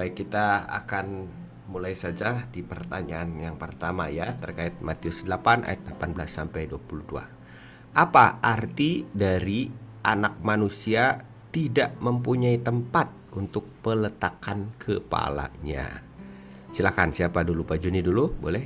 Baik, kita akan mulai saja di pertanyaan yang pertama ya, terkait Matius 8 ayat 18 sampai 22. Apa arti dari anak manusia tidak mempunyai tempat untuk peletakan kepalanya? Silakan, siapa dulu? Pak Juni dulu, boleh?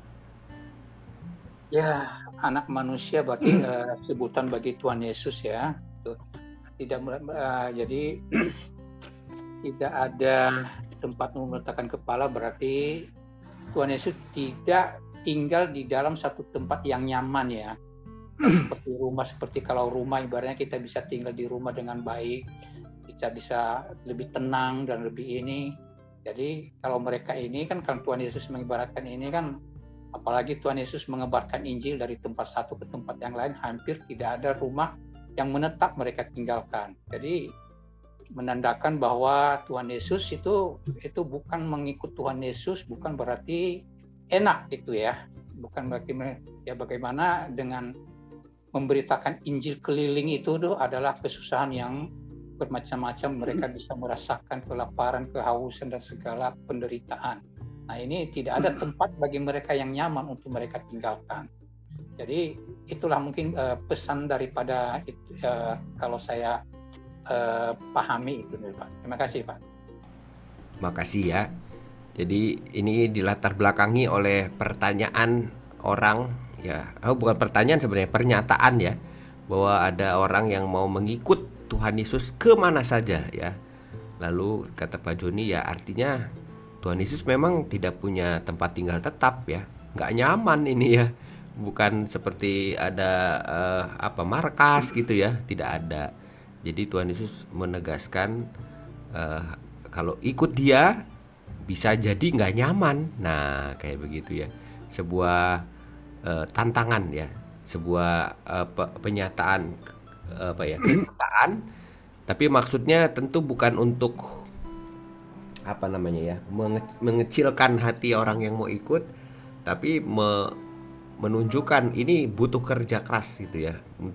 Ya, anak manusia berarti sebutan bagi Tuhan Yesus ya. Tidak jadi tidak ada tempat meletakkan kepala, berarti Tuhan Yesus tidak tinggal di dalam satu tempat yang nyaman ya. Seperti rumah, seperti kalau rumah ibaratnya kita bisa tinggal di rumah dengan baik, kita bisa lebih tenang dan lebih ini. Jadi kalau mereka ini kan, kalau Tuhan Yesus mengibaratkan ini kan, apalagi Tuhan Yesus mengebarkan Injil dari tempat satu ke tempat yang lain, hampir tidak ada rumah yang menetap mereka tinggalkan. Jadi menandakan bahwa Tuhan Yesus itu bukan mengikut Tuhan Yesus, bukan berarti enak itu ya. Bukan berarti ya, bagaimana dengan memberitakan Injil keliling itu adalah kesusahan yang bermacam-macam, mereka bisa merasakan kelaparan, kehausan dan segala penderitaan. Nah, ini tidak ada tempat bagi mereka yang nyaman untuk mereka tinggalkan. Jadi itulah mungkin pesan daripada kalau saya pahami itu, Pak. Terima kasih, Pak. Makasih ya. Jadi ini dilatar belakangi oleh pertanyaan orang ya, bukan pertanyaan sebenarnya, pernyataan ya, bahwa ada orang yang mau mengikut Tuhan Yesus kemana saja ya. Lalu kata Pak Joni ya, artinya Tuhan Yesus memang tidak punya tempat tinggal tetap ya, nggak nyaman ini ya, bukan seperti ada markas gitu ya, tidak ada. Jadi Tuhan Yesus menegaskan kalau ikut Dia bisa jadi nggak nyaman. Nah, kayak begitu ya. Sebuah tantangan ya, sebuah penyataan kenyataan. Tapi maksudnya tentu bukan untuk mengecilkan hati orang yang mau ikut, tapi menunjukkan ini butuh kerja keras gitu ya,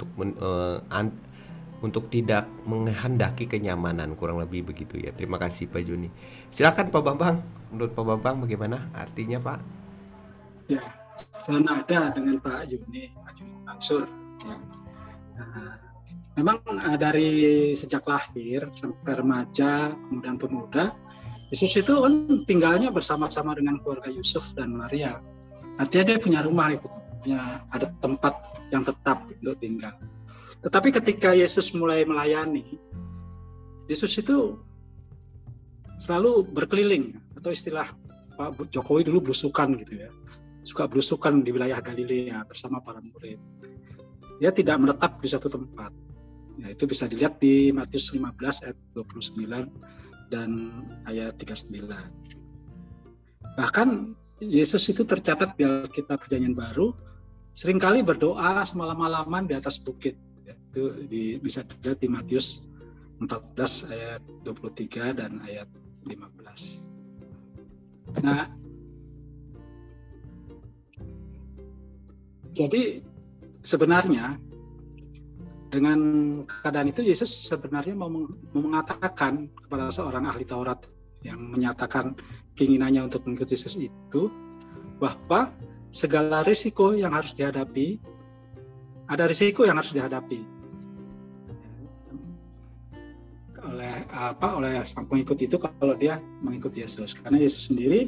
untuk tidak menghendaki kenyamanan, kurang lebih begitu ya. Terima kasih Pak Juni. Silakan Pak Bambang. Menurut Pak Bambang bagaimana artinya Pak? Ya, senada dengan Pak Juni Mansur. Ya. Nah, memang dari sejak lahir sampai remaja, kemudian pemuda, Yesus itu kan tinggalnya bersama-sama dengan keluarga Yusuf dan Maria. Artinya dia punya rumah, ada tempat yang tetap untuk tinggal. Tetapi ketika Yesus mulai melayani, Yesus itu selalu berkeliling, atau istilah Pak Jokowi dulu belusukan gitu ya. Suka belusukan di wilayah Galilea bersama para murid. Dia tidak menetap di satu tempat. Ya, itu bisa dilihat di Matius 15 ayat 29 dan ayat 39. Bahkan Yesus itu tercatat di Alkitab Perjanjian Baru seringkali berdoa semalam-malaman di atas bukit. Itu bisa dilihat di Matius 14 ayat 23 dan ayat 15. Nah, jadi sebenarnya dengan keadaan itu Yesus sebenarnya mau mengatakan kepada seorang ahli Taurat yang menyatakan keinginannya untuk mengikuti Yesus itu, bahwa segala risiko yang harus dihadapi, ada risiko yang harus dihadapi oleh sang pengikut itu kalau dia mengikuti Yesus, karena Yesus sendiri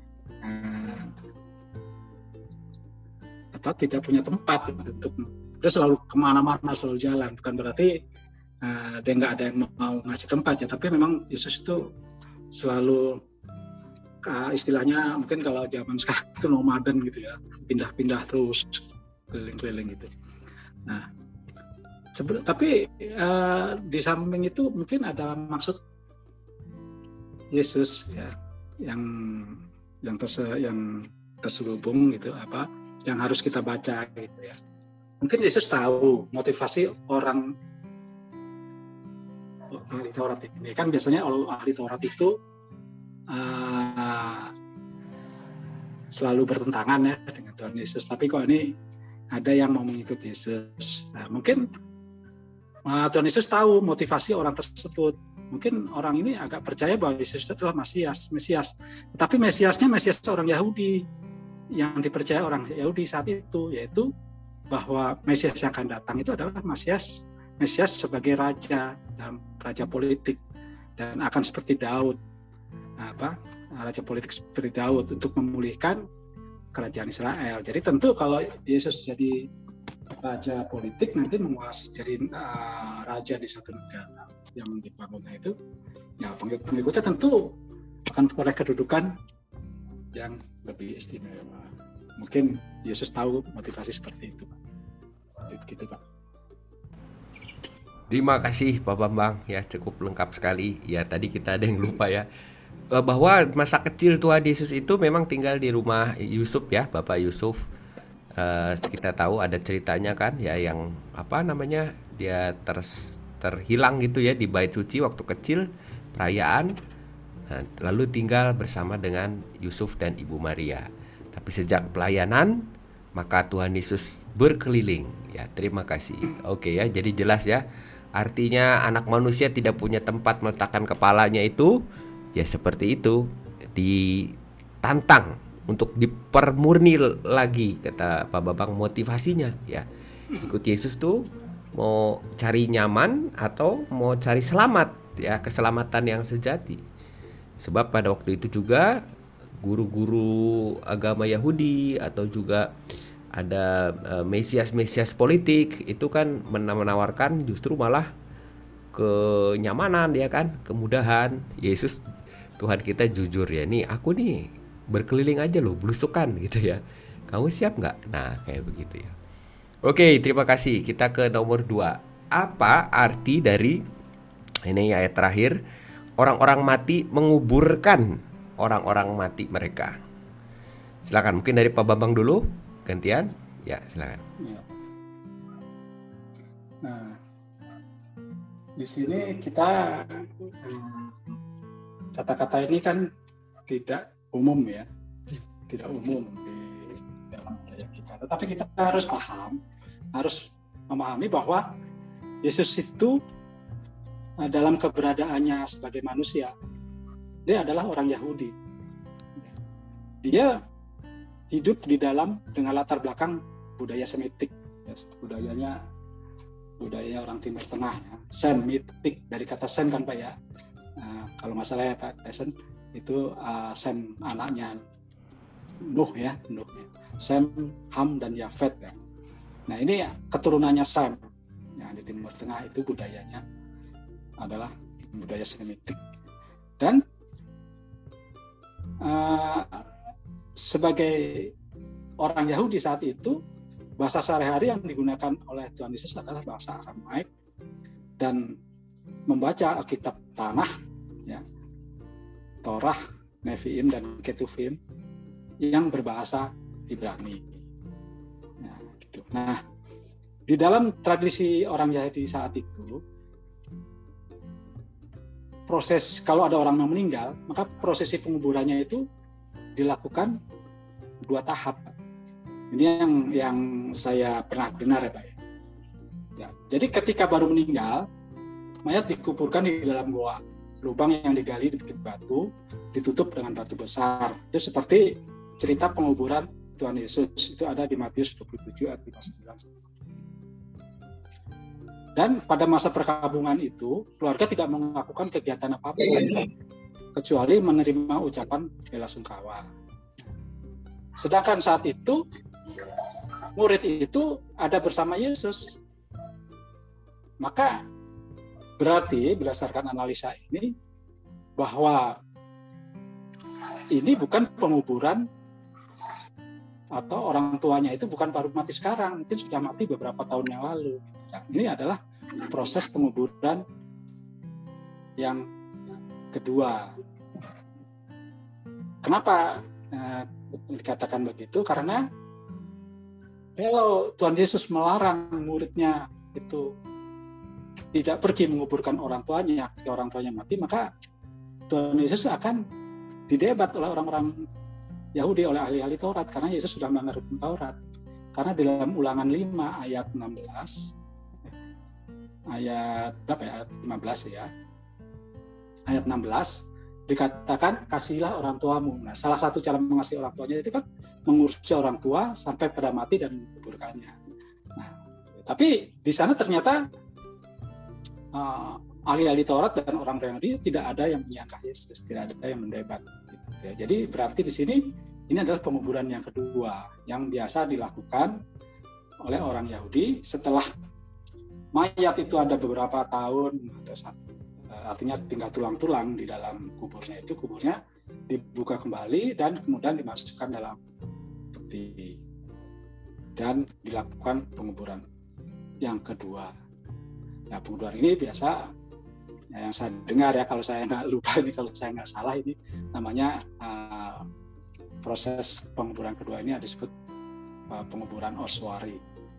tidak punya tempat untuk, dia selalu kemana-mana, selalu jalan. Bukan berarti dia nggak ada yang mau ngasih tempat ya, tapi memang Yesus itu selalu istilahnya mungkin kalau zaman sekarang itu nomaden gitu ya, pindah-pindah terus keliling-keliling gitu. Nah, tapi di samping itu mungkin ada maksud Yesus ya, yang terselubung gitu, yang harus kita baca gitu ya. Mungkin Yesus tahu motivasi orang ahli Taurat ini. Kan biasanya ahli Taurat itu selalu bertentangan ya dengan Tuhan Yesus. Tapi kok ini ada yang mau mengikuti Yesus. Nah, mungkin Tuhan Yesus tahu motivasi orang tersebut. mungkin orang ini agak percaya bahwa Yesus itu adalah Mesias. Tetapi Mesiasnya Mesias orang Yahudi, yang dipercaya orang Yahudi saat itu, yaitu bahwa Mesias yang akan datang itu adalah Mesias sebagai raja dan raja politik, dan akan seperti Daud, raja politik seperti Daud untuk memulihkan kerajaan Israel. Jadi tentu kalau Yesus jadi raja politik, nanti menguasai jadi raja di suatu negara yang dibangunnya itu, ya pengikutnya tentu akan oleh kedudukan yang lebih istimewa. Mungkin Yesus tahu motivasi seperti itu, Pak. Begitu, Pak. Terima kasih Pak Bambang, ya cukup lengkap sekali. Ya tadi kita ada yang lupa ya, bahwa masa kecil Tuhan Yesus itu memang tinggal di rumah Yusuf ya, Bapak Yusuf. Kita tahu ada ceritanya kan ya, yang dia terhilang gitu ya di bait suci waktu kecil perayaan. Nah, lalu tinggal bersama dengan Yusuf dan Ibu Maria. Tapi sejak pelayanan maka Tuhan Yesus berkeliling. Ya, terima kasih. Oke ya, jadi jelas ya. Artinya anak manusia tidak punya tempat meletakkan kepalanya itu, ya seperti itu, ditantang untuk dipermurni lagi, kata Pak Babang, motivasinya ya. Ikut Yesus tuh mau cari nyaman atau mau cari selamat ya, keselamatan yang sejati. Sebab pada waktu itu juga guru-guru agama Yahudi atau juga ada mesias politik itu kan menawarkan justru malah kenyamanan ya kan, kemudahan. Yesus Tuhan kita jujur ya, nih aku nih berkeliling aja loh, belusukan gitu ya, kamu siap nggak? Nah kayak begitu ya. Oke, terima kasih. Kita ke nomor 2. Apa arti dari ini ayat terakhir, orang-orang mati menguburkan orang-orang mati mereka? Silakan, mungkin dari Pak Bambang dulu, gantian. Ya, silakan. Ya. Nah, di sini kita kata-kata ini kan tidak umum ya, tidak umum di dalam budaya kita. Tetapi kita harus memahami bahwa Yesus itu dalam keberadaannya sebagai manusia, dia adalah orang Yahudi. Dia hidup di dalam dengan latar belakang budaya Semitik, ya, budaya orang Timur Tengah, ya. Semitik, dari kata Sem kan Pak ya. Kalau nggak salah ya Pak Tyson, itu Sem anaknya Nuh ya. Sem, Ham dan Yafet ya. Nah ini keturunannya Sem. Ya, di Timur Tengah itu budayanya adalah budaya Semitik. Dan sebagai orang Yahudi saat itu, bahasa sehari-hari yang digunakan oleh Tuhan Yesus adalah bahasa Aramaik, dan membaca Alkitab Tanah, ya, Torah, Nevi'im dan Ketuvim yang berbahasa Ibrani. Ya, gitu. Nah, di dalam tradisi orang Yahudi saat itu, proses kalau ada orang yang meninggal, maka prosesi penguburannya itu dilakukan 2 tahap. Ini yang saya pernah dengar ya Pak. Ya, jadi ketika baru meninggal, mayat dikuburkan di dalam goa, lubang yang digali di bukit batu, ditutup dengan batu besar. Itu seperti cerita penguburan Tuhan Yesus, itu ada di Matius 27 ayat 59. Dan pada masa perkabungan itu, keluarga tidak melakukan kegiatan apapun kecuali menerima ucapan bela sungkawa. Sedangkan saat itu murid itu ada bersama Yesus. Maka berarti berdasarkan analisa ini bahwa ini bukan penguburan atau orang tuanya itu bukan baru mati sekarang, mungkin sudah mati beberapa tahun yang lalu. Nah, ini adalah proses penguburan yang kedua. Kenapa dikatakan begitu? Karena kalau Tuhan Yesus melarang muridnya itu tidak pergi menguburkan orang tuanya ketika orang tuanya mati, maka Tuhan Yesus akan didebat oleh orang-orang Yahudi, oleh ahli-ahli Taurat, karena Yesus sudah melanggar hukum Taurat. Karena di dalam Ulangan 5 ayat 16, ayat berapa ya? 15 ya. ayat 16 dikatakan kasihilah orang tuamu. Nah, salah satu cara mengasihi orang tuanya itu kan mengurusi orang tua sampai pada mati dan menguburkannya. Nah, tapi di sana ternyata ahli-ahli Taurat dan orang Yahudi tidak ada yang menyangka Yesus, tidak ada yang mendebat. Gitu ya. Jadi berarti di sini ini adalah penguburan yang kedua yang biasa dilakukan oleh orang Yahudi setelah mayat itu ada beberapa tahun atau artinya tinggal tulang-tulang di dalam kuburnya, itu kuburnya dibuka kembali dan kemudian dimasukkan dalam peti dan dilakukan penguburan yang kedua. Nah, penguburan ini biasa yang saya dengar ya, kalau saya nggak lupa ini, kalau saya nggak salah ini namanya proses penguburan kedua ini disebut penguburan ossuary.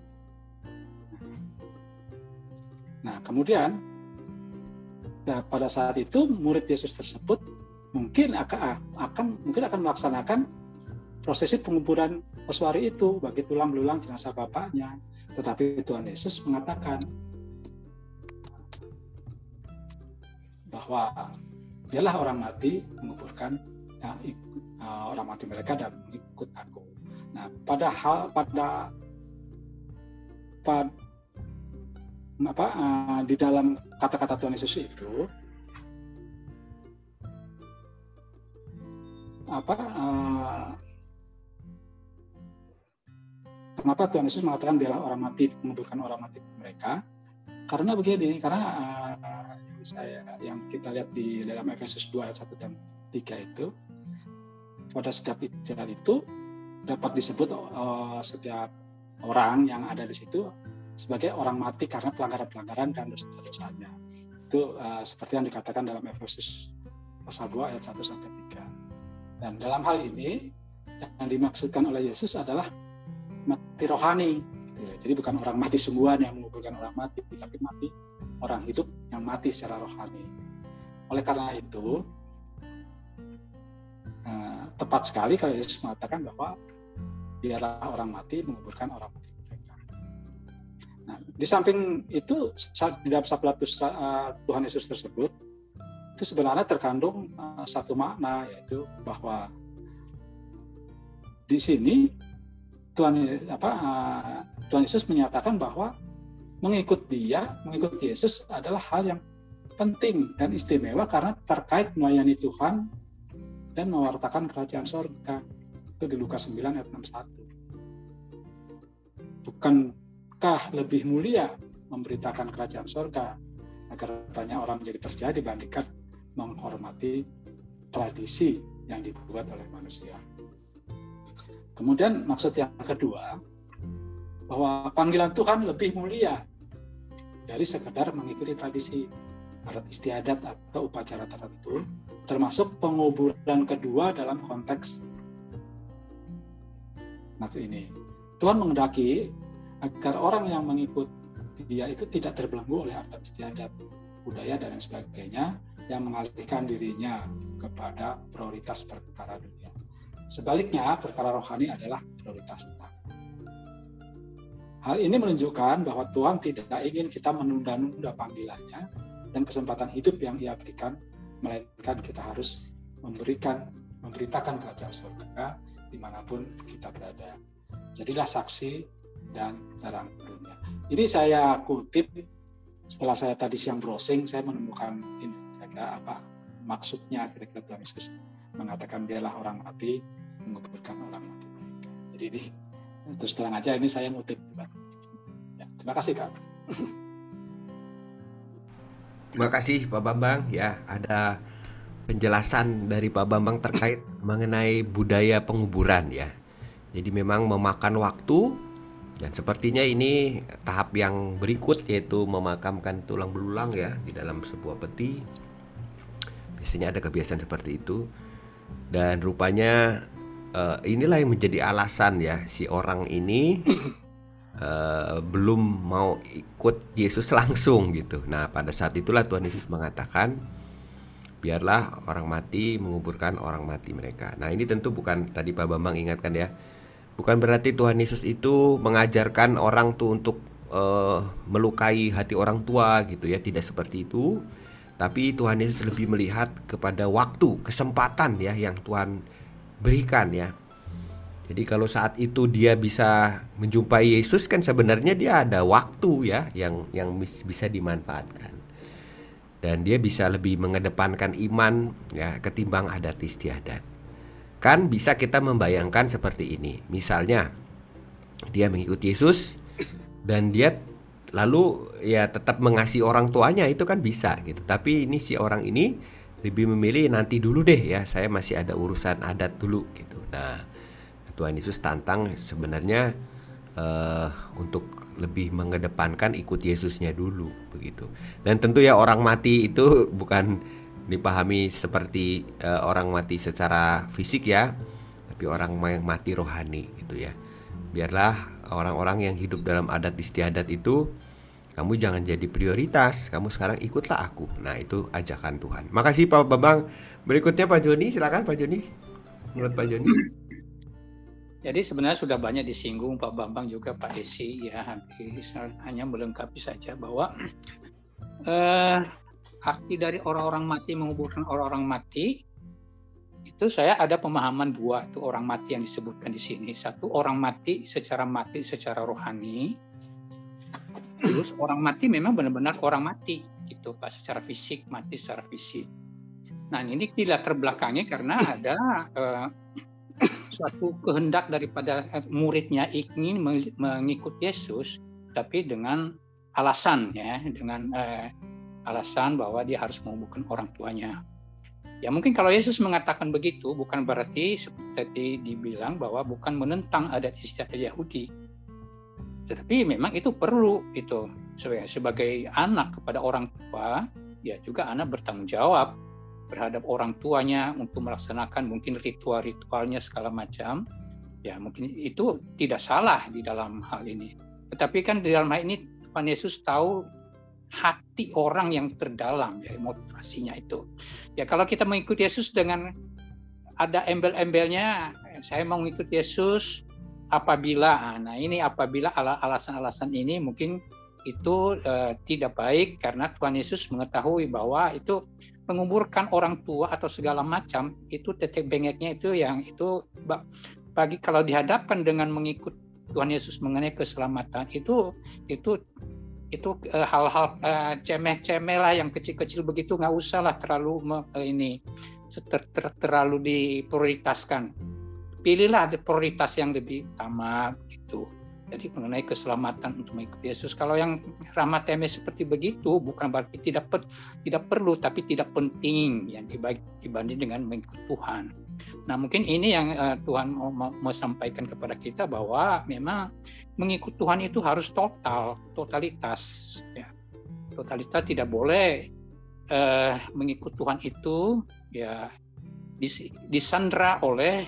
Nah, kemudian pada saat itu murid Yesus tersebut mungkin akan melaksanakan prosesi penguburan ossuary itu bagi tulang belulang jenazah bapaknya. Tetapi Tuhan Yesus mengatakan bahwa dialah orang mati menguburkan orang mati mereka dan mengikut aku. Nah, di dalam kata-kata Tuhan Yesus itu kenapa Tuhan Yesus mengatakan dialah orang mati menguburkan orang mati mereka? Karena begini, yang kita lihat di dalam Efesus 2 ayat 1 dan 3 itu, pada setiap ijazah itu dapat disebut setiap orang yang ada di situ sebagai orang mati karena pelanggaran-pelanggaran dan dosa-dosanya. Itu seperti yang dikatakan dalam Efesus pasal 2 ayat 1 sampai 3. Dan dalam hal ini yang dimaksudkan oleh Yesus adalah mati rohani. Jadi bukan orang mati sungguhan yang menguburkan orang mati, tapi mati orang hidup yang mati secara rohani. Oleh karena itu, tepat sekali kalau Yesus mengatakan bahwa dialah orang mati menguburkan orang mati mereka. Nah, di samping itu, di dalam sabda Tuhan Yesus tersebut, itu sebenarnya terkandung satu makna, yaitu bahwa di sini Tuhan Yesus menyatakan bahwa mengikut Yesus adalah hal yang penting dan istimewa karena terkait melayani Tuhan dan mewartakan kerajaan surga. Itu di Lukas 9 ayat 61. Bukankah lebih mulia memberitakan kerajaan surga agar banyak orang menjadi percaya dibandingkan menghormati tradisi yang dibuat oleh manusia? Kemudian maksud yang kedua, bahwa panggilan Tuhan lebih mulia dari sekedar mengikuti tradisi, adat istiadat atau upacara tertentu, termasuk penguburan kedua dalam konteks ini. Tuhan menghendaki agar orang yang mengikut Dia itu tidak terbelenggu oleh adat istiadat, budaya dan lain sebagainya yang mengalihkan dirinya kepada prioritas perkara dunia. Sebaliknya, perkara rohani adalah prioritas utama. Hal ini menunjukkan bahwa Tuhan tidak ingin kita menunda-nunda panggilannya dan kesempatan hidup yang Ia berikan, melainkan kita harus memberitakan kerajaan surga dimanapun kita berada. Jadilah saksi dan terang dunia. Ini saya kutip setelah saya tadi siang browsing, saya menemukan ini kira-kira apa maksudnya kira-kira Tuhan Yesus mengatakan dialah orang mati menguburkan orang mati mereka. Jadi ini terus terang aja ini saya ngutip. Ya, terima kasih Kak. Terima kasih Pak Bambang. Ya, ada penjelasan dari Pak Bambang terkait mengenai budaya penguburan ya. Jadi memang memakan waktu dan sepertinya ini tahap yang berikut yaitu memakamkan tulang belulang ya di dalam sebuah peti. Biasanya ada kebiasaan seperti itu. Dan rupanya inilah yang menjadi alasan ya si orang ini belum mau ikut Yesus langsung gitu. Nah pada saat itulah Tuhan Yesus mengatakan biarlah orang mati menguburkan orang mati mereka. Nah ini tentu bukan, tadi Pak Bambang ingatkan ya, bukan berarti Tuhan Yesus itu mengajarkan orang tuh untuk melukai hati orang tua gitu ya, tidak seperti itu. Tapi Tuhan Yesus lebih melihat kepada waktu, kesempatan ya yang Tuhan berikan ya. Jadi kalau saat itu dia bisa menjumpai Yesus kan sebenarnya dia ada waktu ya yang bisa dimanfaatkan. Dan dia bisa lebih mengedepankan iman ya ketimbang adat istiadat. Kan bisa kita membayangkan seperti ini. Misalnya dia mengikuti Yesus dan dia lalu ya tetap mengasihi orang tuanya, itu kan bisa gitu. Tapi ini si orang ini lebih memilih nanti dulu deh ya, saya masih ada urusan adat dulu gitu. Nah, Tuhan Yesus tantang sebenarnya untuk lebih mengedepankan ikut Yesusnya dulu begitu. Dan tentu ya orang mati itu bukan dipahami seperti orang mati secara fisik ya, tapi orang yang mati rohani gitu ya. Biarlah orang-orang yang hidup dalam adat istiadat itu, kamu jangan jadi prioritas, kamu sekarang ikutlah aku. Nah itu ajakan Tuhan. Makasih Pak Bambang. Berikutnya Pak Joni, silakan Pak Joni. Menurut Pak Joni. Jadi sebenarnya sudah banyak disinggung Pak Bambang juga Pak Desi ya, hanya melengkapi saja bahwa arti dari orang-orang mati menguburkan orang-orang mati itu saya ada pemahaman dua tuh orang mati yang disebutkan di sini. Satu, orang mati secara rohani. Terus orang mati memang benar-benar orang mati gitu Pak, secara fisik, mati secara fisik. Nah ini dilatar belakangnya karena ada suatu kehendak daripada muridnya ingin mengikut Yesus, tapi dengan alasan ya, dengan alasan bahwa dia harus menguburkan orang tuanya. Ya mungkin kalau Yesus mengatakan begitu bukan berarti seperti dibilang bahwa bukan menentang adat istiadat Yahudi. Tetapi memang itu perlu itu sebagai anak kepada orang tua, ya juga anak bertanggung jawab terhadap orang tuanya untuk melaksanakan mungkin ritual-ritualnya segala macam. Ya mungkin itu tidak salah di dalam hal ini. Tetapi kan di dalam hal ini Tuhan Yesus tahu hati orang yang terdalam ya, motivasinya itu. Ya kalau kita mengikuti Yesus dengan ada embel-embelnya, saya mau mengikuti Yesus apabila, nah ini apabila alasan-alasan ini mungkin itu tidak baik karena Tuhan Yesus mengetahui bahwa itu menguburkan orang tua atau segala macam itu tetek bengeknya itu yang itu bagi kalau dihadapkan dengan mengikut Tuhan Yesus mengenai keselamatan itu hal-hal cemeh-cemeh lah yang kecil-kecil begitu nggak usah lah terlalu terlalu diprioritaskan. Pilihlah prioritas yang lebih utama gitu. Jadi mengenai keselamatan untuk mengikuti Yesus. Kalau yang ramah temeh seperti begitu bukan berarti tidak perlu tapi tidak penting yang dibanding dengan mengikut Tuhan. Nah mungkin ini yang Tuhan mau sampaikan kepada kita bahwa memang mengikut Tuhan itu harus totalitas. Ya. Totalitas tidak boleh mengikut Tuhan itu ya disandra oleh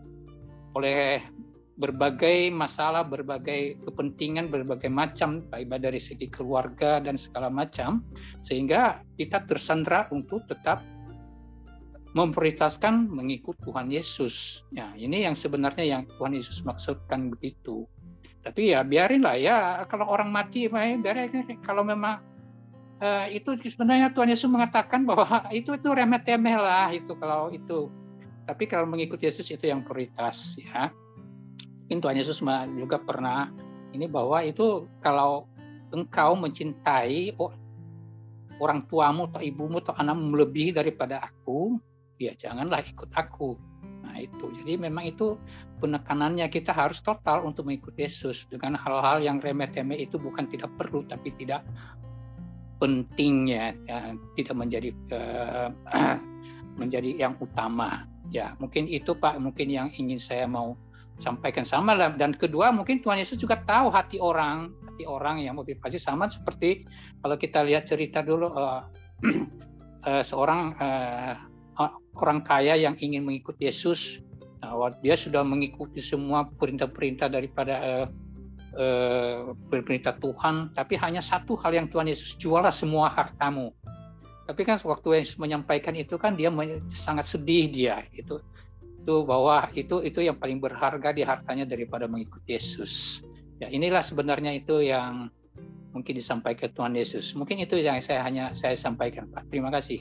berbagai masalah, berbagai kepentingan, berbagai macam, baik dari segi keluarga dan segala macam, sehingga kita tersandra untuk tetap memprioritaskan mengikut Tuhan Yesus. Ya, ini yang sebenarnya yang Tuhan Yesus maksudkan begitu. Tapi ya biarinlah ya, kalau orang mati, biarin kalau memang itu sebenarnya Tuhan Yesus mengatakan bahwa itu remeh-temeh lah itu kalau itu. Tapi kalau mengikut Yesus itu yang prioritas ya. Mungkin Tuhan Yesus juga pernah ini bahwa itu kalau engkau mencintai orang tuamu atau ibumu atau anakmu melebihi daripada aku, ya janganlah ikut aku. Nah itu, jadi memang itu penekanannya kita harus total untuk mengikuti Yesus dengan hal-hal yang remeh-temeh itu bukan tidak perlu tapi tidak penting ya tidak menjadi menjadi yang utama. Ya mungkin itu Pak, mungkin yang ingin saya mau sampaikan sama lah. Dan kedua mungkin Tuhan Yesus juga tahu hati orang yang motivasi sama seperti kalau kita lihat cerita dulu seorang orang kaya yang ingin mengikuti Yesus. Dia sudah mengikuti semua perintah-perintah daripada perintah Tuhan, tapi hanya satu hal yang Tuhan Yesus, jualah semua hartamu. Tapi kan waktu Yesus menyampaikan itu kan dia sangat sedih dia itu bahwa itu yang paling berharga di hartanya daripada mengikuti Yesus. Ya inilah sebenarnya itu yang mungkin disampaikan Tuhan Yesus. Mungkin itu yang saya sampaikan, Pak. Terima kasih.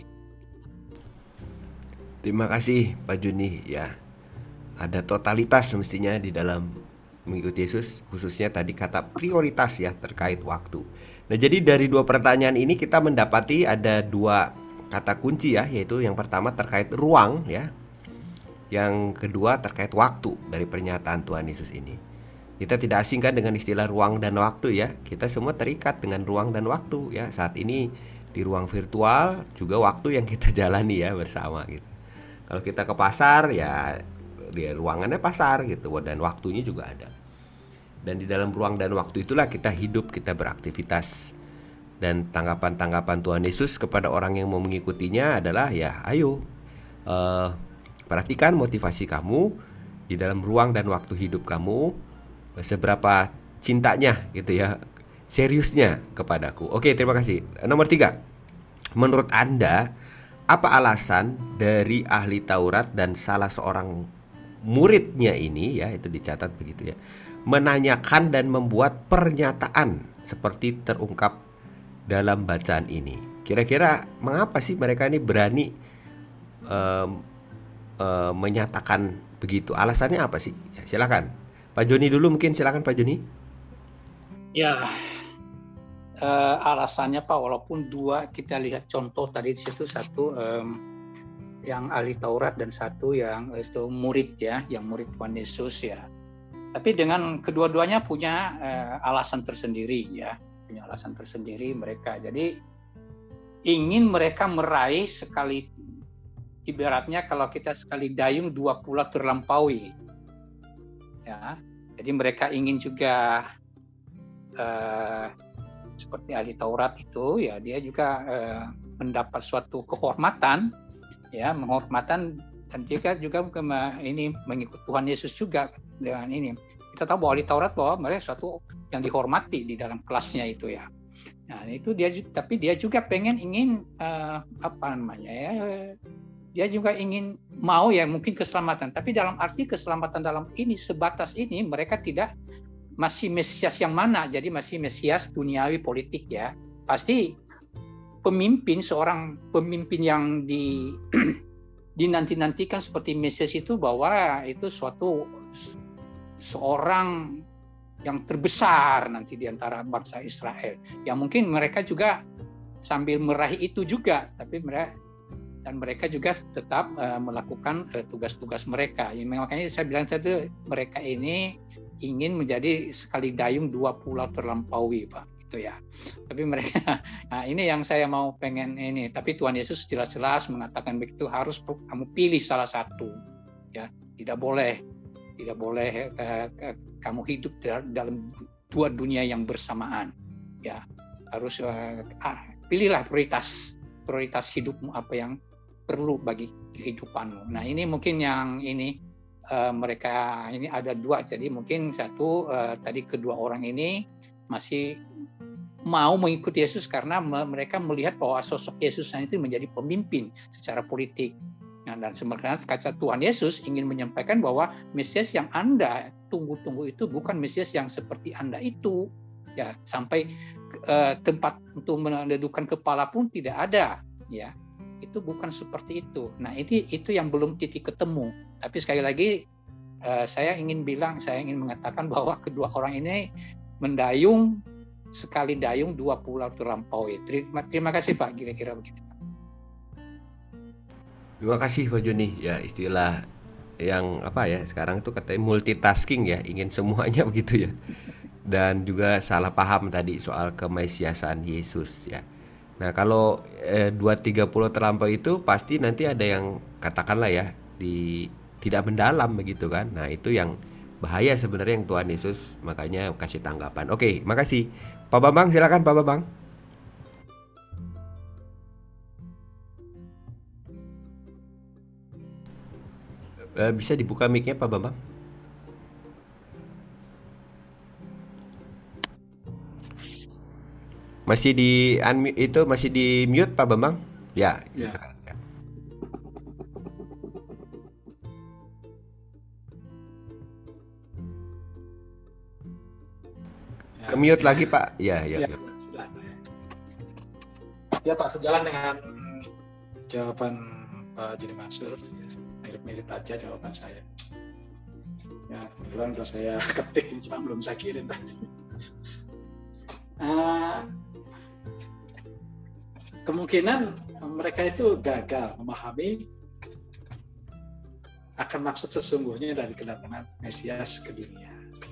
Terima kasih Pak Juni ya. Ada totalitas semestinya di dalam mengikuti Yesus, khususnya tadi kata prioritas ya terkait waktu. Nah, jadi dari dua pertanyaan ini kita mendapati ada dua kata kunci ya, yaitu yang pertama terkait ruang ya. Yang kedua terkait waktu dari pernyataan Tuhan Yesus ini. Kita tidak asing kan dengan istilah ruang dan waktu ya. Kita semua terikat dengan ruang dan waktu ya. Saat ini di ruang virtual juga waktu yang kita jalani ya bersama gitu. Kalau kita ke pasar ya di ruangannya pasar gitu, dan waktunya juga ada. Dan di dalam ruang dan waktu itulah kita hidup, kita beraktivitas. Dan tanggapan-tanggapan Tuhan Yesus kepada orang yang mau mengikutinya adalah ya ayo perhatikan motivasi kamu di dalam ruang dan waktu hidup kamu, seberapa cintanya gitu ya, seriusnya kepadaku. Oke, terima kasih. Nomor 3, menurut Anda apa alasan dari ahli Taurat dan salah seorang muridnya ini ya, itu dicatat begitu ya, menanyakan dan membuat pernyataan seperti terungkap dalam bacaan ini? Kira-kira mengapa sih mereka ini berani menyatakan begitu? Alasannya apa sih? Ya, silakan Pak Joni dulu, mungkin silakan Pak Joni. Ya, alasannya Pak, walaupun dua kita lihat contoh tadi di situ, satu yang ahli Taurat dan satu yang itu murid ya, yang murid Tuhan Yesus ya. Tapi dengan kedua-duanya punya alasan tersendiri ya, punya alasan tersendiri mereka. Jadi ingin mereka meraih sekali, ibaratnya kalau kita sekali dayung dua pulau terlampaui. Ya, jadi mereka ingin juga seperti ahli Taurat itu ya, dia juga mendapat suatu kehormatan ya, menghormatan, dan juga ini mengikut Tuhan Yesus juga dengan ini. Kita tahu bahwa ahli Taurat bahwa mereka suatu yang dihormati di dalam kelasnya itu ya. Nah itu dia, tapi dia juga ingin dia juga ingin mau ya mungkin keselamatan, tapi dalam arti keselamatan dalam ini sebatas ini mereka tidak masih Mesias yang mana, jadi masih Mesias duniawi politik ya. Pasti seorang pemimpin yang dinanti-nantikan seperti Mesias itu, bahwa itu seorang yang terbesar nanti di antara bangsa Israel. Ya mungkin mereka juga sambil meraih itu juga, tapi mereka juga tetap melakukan tugas-tugas mereka. Makanya saya bilang tadi, mereka ini ingin menjadi sekali dayung dua pulau terlampaui, Pak. Itu ya. Tapi mereka, nah ini yang saya mau pengen ini. Tapi Tuhan Yesus jelas-jelas mengatakan begitu, harus kamu pilih salah satu. Ya, tidak boleh kamu hidup dalam dua dunia yang bersamaan. Ya, harus pilihlah prioritas hidupmu, apa yang perlu bagi kehidupanmu. Nah ini mungkin yang ini mereka ini ada dua. Jadi mungkin satu tadi kedua orang ini masih mau mengikuti Yesus karena mereka melihat bahwa sosok Yesus itu menjadi pemimpin secara politik. Nah, dan sebenarnya kaca Tuhan Yesus ingin menyampaikan bahwa Mesias yang Anda tunggu-tunggu itu bukan Mesias yang seperti Anda itu. Ya, sampai tempat untuk menundukkan kepala pun tidak ada, ya. Itu bukan seperti itu. Nah, itu yang belum titik ketemu. Tapi sekali lagi saya ingin mengatakan bahwa kedua orang ini mendayung sekali dayung dua pulau terlampaui. Terima kasih Pak, kira-kira begitu. Terima kasih Pak Joni. Ya, istilah yang apa ya sekarang itu katanya multitasking ya, ingin semuanya begitu ya. Dan juga salah paham tadi soal kemesiasan Yesus ya. Nah kalau 2-3 pulau terlampau itu pasti nanti ada yang katakanlah ya tidak mendalam begitu kan. Nah itu yang bahaya sebenarnya yang Tuhan Yesus makanya kasih tanggapan. Oke, makasih Pak Bambang, silakan Pak Bambang. Bisa dibuka mic-nya Pak Bambang? Masih di unmute, itu masih di mute Pak Bambang? Ya. Ya. Ke mute lagi Pak. Ya. Ya Pak, sejalan dengan jawaban Pak Juni Mansur, mirip-mirip aja jawaban saya. Ya, kebetulan udah saya ketik, cuma belum saya kirim tadi. Kemungkinan mereka itu gagal memahami akan maksud sesungguhnya dari kedatangan Mesias ke dunia.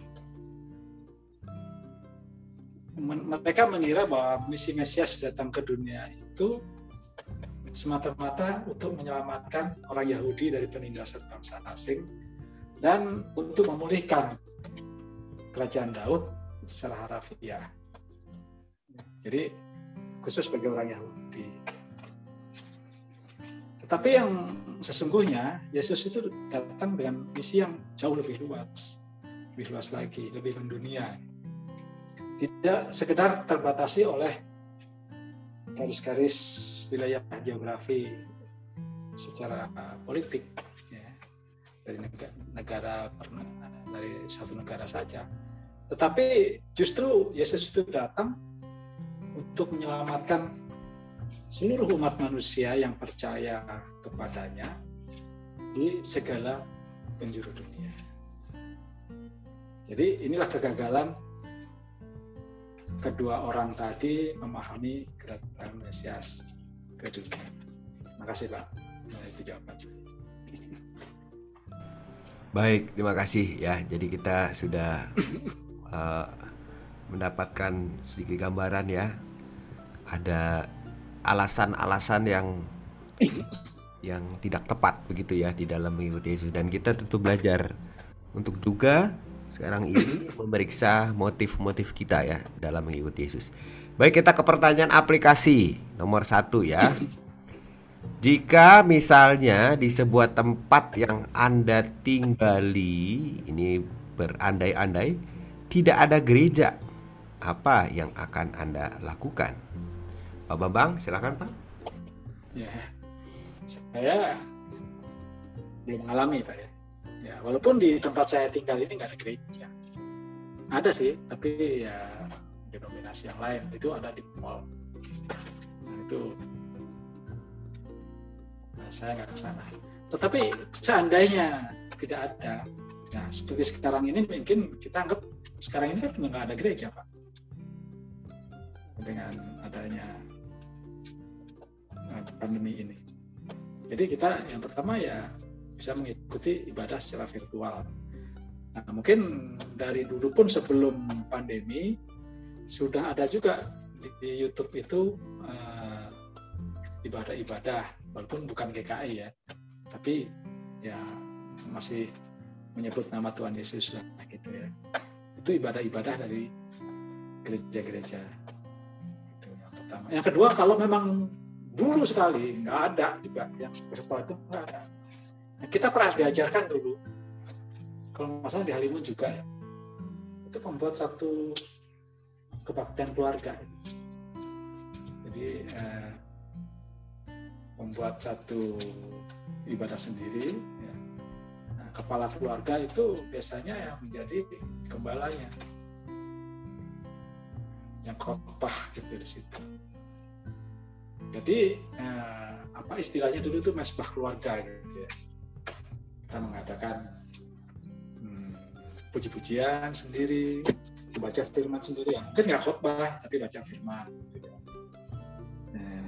Mereka mengira bahwa misi Mesias datang ke dunia itu semata-mata untuk menyelamatkan orang Yahudi dari penindasan bangsa asing dan untuk memulihkan kerajaan Daud secara harafiah. Jadi khusus bagi orang Yahudi. Tetapi yang sesungguhnya Yesus itu datang dengan misi yang jauh lebih luas lagi, lebih mendunia. Tidak sekedar terbatasi oleh garis-garis wilayah geografi secara politik, ya, dari satu negara saja. Tetapi justru Yesus itu datang untuk menyelamatkan seluruh umat manusia yang percaya kepadanya di segala penjuru dunia. Jadi inilah kegagalan kedua orang tadi memahami kedatangan Mesias ke dunia. Terima kasih Pak. Nah, itu jawaban saya. Baik, terima kasih ya. Jadi kita sudah mendapatkan sedikit gambaran ya. Ada alasan-alasan yang tidak tepat begitu ya di dalam mengikuti Yesus, dan kita tentu belajar untuk juga sekarang ini memeriksa motif-motif kita ya dalam mengikuti Yesus. Baik, kita ke pertanyaan aplikasi nomor 1 ya. Jika misalnya di sebuah tempat yang Anda tinggali, ini berandai-andai, tidak ada gereja, apa yang akan Anda lakukan? Pak Bambang, silakan Pak. Ya, saya belum mengalami Pak ya. Ya, walaupun di tempat saya tinggal ini nggak ada gereja. Ada sih, tapi ya denominasi yang lain. Itu ada di mall. Nah, itu saya nggak ke sana. Tetapi seandainya tidak ada, nah seperti sekarang ini mungkin kita anggap sekarang ini kan nggak ada gereja Pak. Dengan adanya pandemi ini. Jadi kita yang pertama ya bisa mengikuti ibadah secara virtual. Nah, mungkin dari dulu pun sebelum pandemi sudah ada juga di YouTube itu ibadah-ibadah, walaupun bukan GKI ya, tapi ya masih menyebut nama Tuhan Yesus lah gitu ya. Itu ibadah-ibadah dari gereja-gereja. Itu yang pertama. Yang kedua, kalau memang dulu sekali nggak ada juga yang virtual itu nggak ada. Kita pernah diajarkan dulu, kalau nggak salah di Halimun juga ya, itu membuat satu kebaktian keluarga. Jadi membuat satu ibadah sendiri. Ya. Nah, kepala keluarga itu biasanya yang menjadi gembalanya, yang khotbah gitu di situ. Jadi apa istilahnya dulu itu mesbah keluarga gitu ya. Kita mengadakan puji-pujian sendiri, baca firman sendiri, ya. Mungkin nggak khotbah tapi baca firman. Gitu. Nah,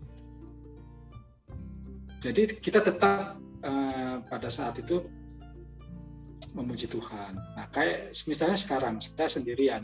jadi kita tetap pada saat itu memuji Tuhan. Nah, kayak misalnya sekarang saya sendirian,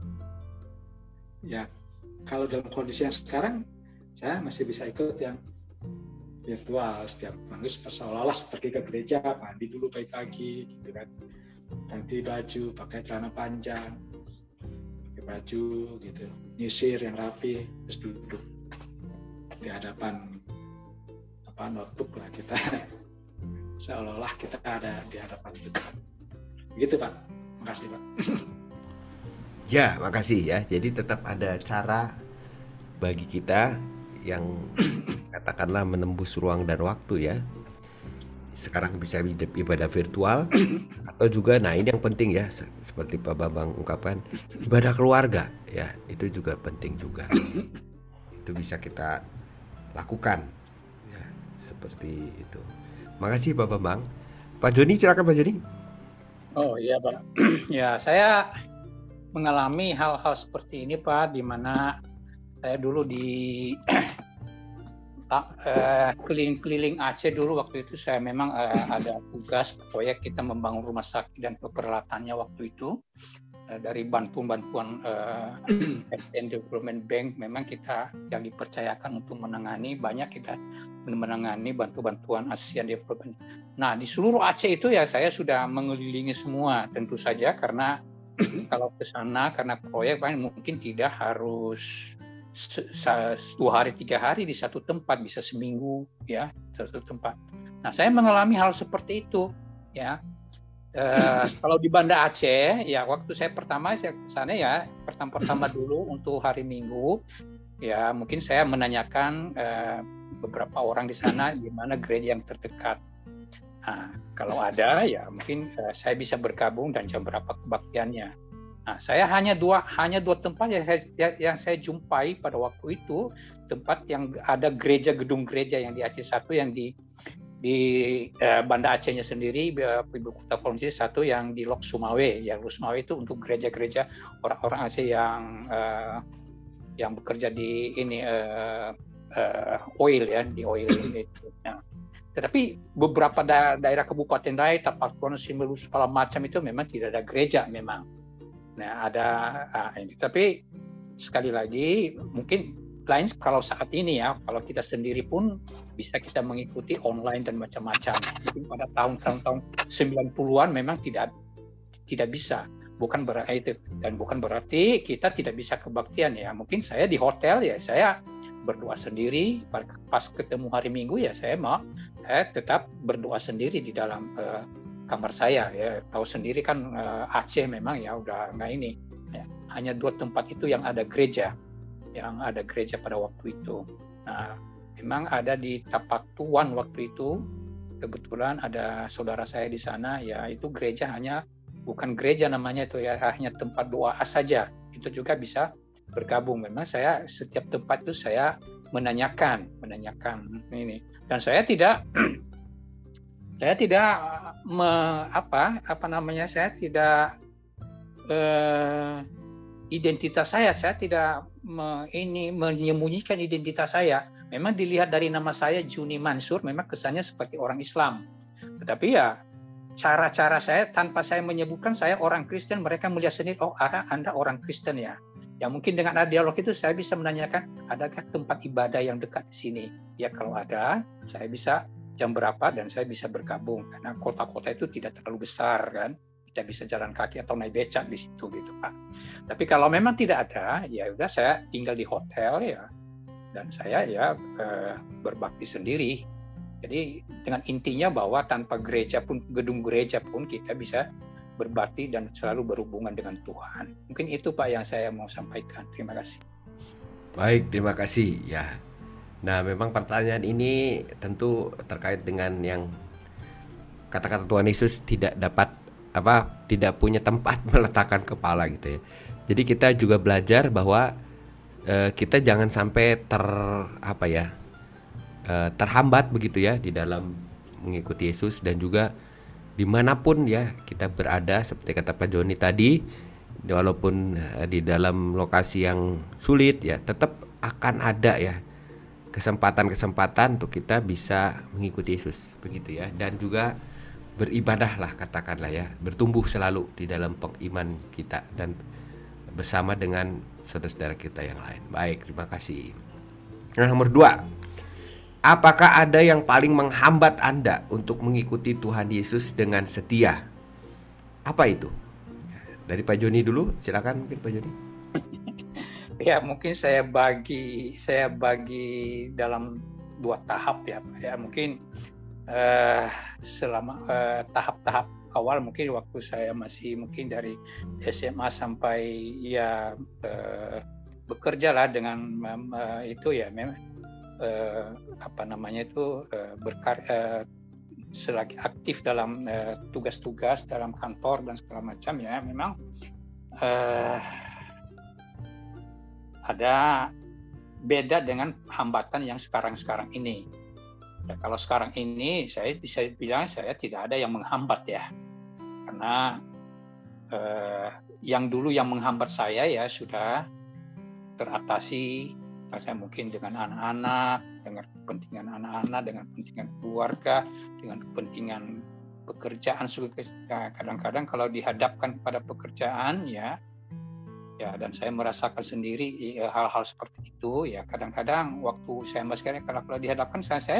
ya kalau dalam kondisi yang sekarang saya masih bisa ikut yang virtual setiap minggu, seolah-olah pergi ke gereja, mandi dulu pagi-pagi, gitu kan, ganti baju, pakai celana panjang, pakai baju, gitu, nyisir yang rapi, terus duduk di hadapan notebook lah kita, seolah-olah kita ada di hadapan Tuhan. Begitu Pak, makasih Pak. Ya, makasih ya. Jadi tetap ada cara bagi kita yang katakanlah menembus ruang dan waktu ya. Sekarang bisa ibadah virtual atau juga, nah ini yang penting ya, seperti Pak Bambang ungkapkan, ibadah keluarga ya, itu juga penting juga. itu bisa kita lakukan ya, seperti itu. Makasih Pak Bambang. Pak Joni, silakan Pak Joni. Oh iya Pak. Ya, saya mengalami hal-hal seperti ini Pak, di mana saya dulu di keliling-keliling Aceh dulu. Waktu itu saya memang ada tugas proyek kita membangun rumah sakit dan peralatannya waktu itu. Dari bantuan African Development Bank, memang kita yang dipercayakan untuk menangani, banyak kita menangani bantuan ASEAN Development. Nah, di seluruh Aceh itu ya saya sudah mengelilingi semua, tentu saja karena kalau ke sana karena proyek mungkin tidak harus 2 hari 3 hari di satu tempat, bisa seminggu ya satu tempat. Nah, saya mengalami hal seperti itu ya. Kalau di Banda Aceh ya, waktu saya pertama saya ke sana ya, pertama dulu untuk hari Minggu ya, mungkin saya menanyakan beberapa orang di sana di mana gereja yang terdekat. Nah, kalau ada ya mungkin saya bisa bergabung dan jam berapa kebaktiannya. Nah, saya hanya dua tempat yang saya jumpai pada waktu itu, tempat yang ada gereja, gedung gereja yang di Aceh, satu yang di Banda Acehnya sendiri, ibu kota provinsi, satu yang di Lok Sumawe. Yang Lok Sumawe itu untuk gereja-gereja orang-orang Aceh yang bekerja di ini oil ya, di oil itu. Nah, tetapi beberapa daerah kabupaten lain, Tapakuan, Simelu, segala macam itu memang tidak ada gereja memang. Nah, ada ini. Tapi sekali lagi mungkin lain kalau saat ini ya, kalau kita sendiri pun bisa kita mengikuti online dan macam-macam. Mungkin pada tahun-tahun 90-an memang tidak bisa. Bukan berarti itu, dan bukan berarti kita tidak bisa kebaktian ya. Mungkin saya di hotel ya, saya berdoa sendiri. Pas ketemu hari Minggu ya saya tetap berdoa sendiri di dalam kamar saya ya. Tahu sendiri kan Aceh memang ya udah nggak ini ya. Hanya 2 tempat itu yang ada gereja pada waktu itu. Nah, memang ada di Tapatuan waktu itu, kebetulan ada saudara saya di sana ya, itu gereja bukan gereja namanya itu ya, hanya tempat doa saja. Itu juga bisa bergabung. Memang saya setiap tempat itu saya menanyakan ini, dan saya tidak saya tidak identitas saya tidak menyembunyikan identitas saya. Memang dilihat dari nama saya Juni Mansur, memang kesannya seperti orang Islam. Tetapi ya cara-cara saya tanpa saya menyebutkan saya orang Kristen, mereka melihat sendiri, oh Anda orang Kristen ya. Ya mungkin dengan ada dialog itu saya bisa menanyakan, adakah tempat ibadah yang dekat di sini? Ya kalau ada, saya bisa jam berapa dan saya bisa bergabung, karena kota-kota itu tidak terlalu besar kan. Kita bisa jalan kaki atau naik becak di situ gitu Pak. Tapi kalau memang tidak ada, ya udah saya tinggal di hotel ya, dan saya ya berbakti sendiri. Jadi dengan intinya bahwa tanpa gereja pun, gedung gereja pun kita bisa berbakti dan selalu berhubungan dengan Tuhan. Mungkin itu Pak yang saya mau sampaikan. Terima kasih. Baik, terima kasih ya. Nah, memang pertanyaan ini tentu terkait dengan yang kata-kata Tuhan Yesus tidak punya tempat meletakkan kepala gitu ya. Jadi kita juga belajar bahwa kita jangan sampai terhambat begitu ya di dalam mengikuti Yesus, dan juga dimanapun ya kita berada, seperti kata Pak Joni tadi, walaupun di dalam lokasi yang sulit ya, tetap akan ada ya kesempatan-kesempatan untuk kita bisa mengikuti Yesus begitu ya, dan juga beribadahlah katakanlah ya, bertumbuh selalu di dalam pengiman kita dan bersama dengan saudara-saudara kita yang lain. Baik, terima kasih. Nah, nomor 2, apakah ada yang paling menghambat Anda untuk mengikuti Tuhan Yesus dengan setia? Apa itu? Dari Pak Joni dulu, silakan mungkin Pak Joni. Ya, mungkin saya bagi dalam 2 tahap ya Pak ya. Mungkin selama tahap-tahap awal, mungkin waktu saya masih mungkin dari SMA sampai ya bekerja lah dengan itu ya, memang selagi aktif dalam tugas-tugas dalam kantor dan segala macam ya, memang ada beda dengan hambatan yang sekarang-sekarang ini. Ya, kalau sekarang ini saya bisa bilang saya tidak ada yang menghambat ya, karena yang dulu yang menghambat saya ya sudah teratasi. Saya mungkin dengan anak-anak, dengan kepentingan anak-anak, dengan kepentingan keluarga, dengan kepentingan pekerjaan. Kadang-kadang kalau dihadapkan pada pekerjaan ya, dan saya merasakan sendiri hal-hal seperti itu ya. Kadang-kadang waktu saya masih kalau dihadapkan saya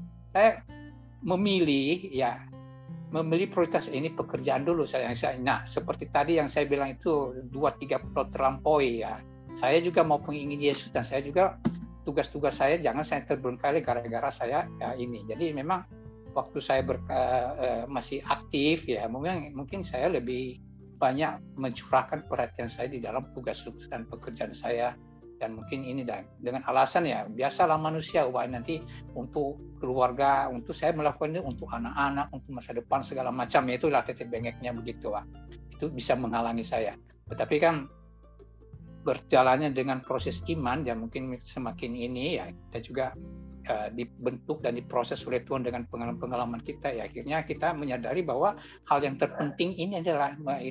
memilih prioritas ini pekerjaan dulu saya. Nah, seperti tadi yang saya bilang itu 2-3 plot terlampaui ya. Saya juga mau pengingin Yesus, dan saya juga tugas-tugas saya jangan saya terbengkalai gara-gara saya ini. Jadi memang waktu saya masih aktif ya, mungkin saya lebih banyak mencurahkan perhatian saya di dalam tugas dan pekerjaan saya. Dan mungkin ini dengan alasan ya biasalah manusia, nanti untuk keluarga, untuk saya melakukan ini untuk anak-anak, untuk masa depan segala macam, itulah titik bengeknya begitu Pak. Itu bisa menghalangi saya. Tetapi kan berjalannya dengan proses iman ya, mungkin semakin ini ya kita juga dibentuk dan diproses oleh Tuhan dengan pengalaman-pengalaman kita ya, akhirnya kita menyadari bahwa hal yang terpenting ini adalah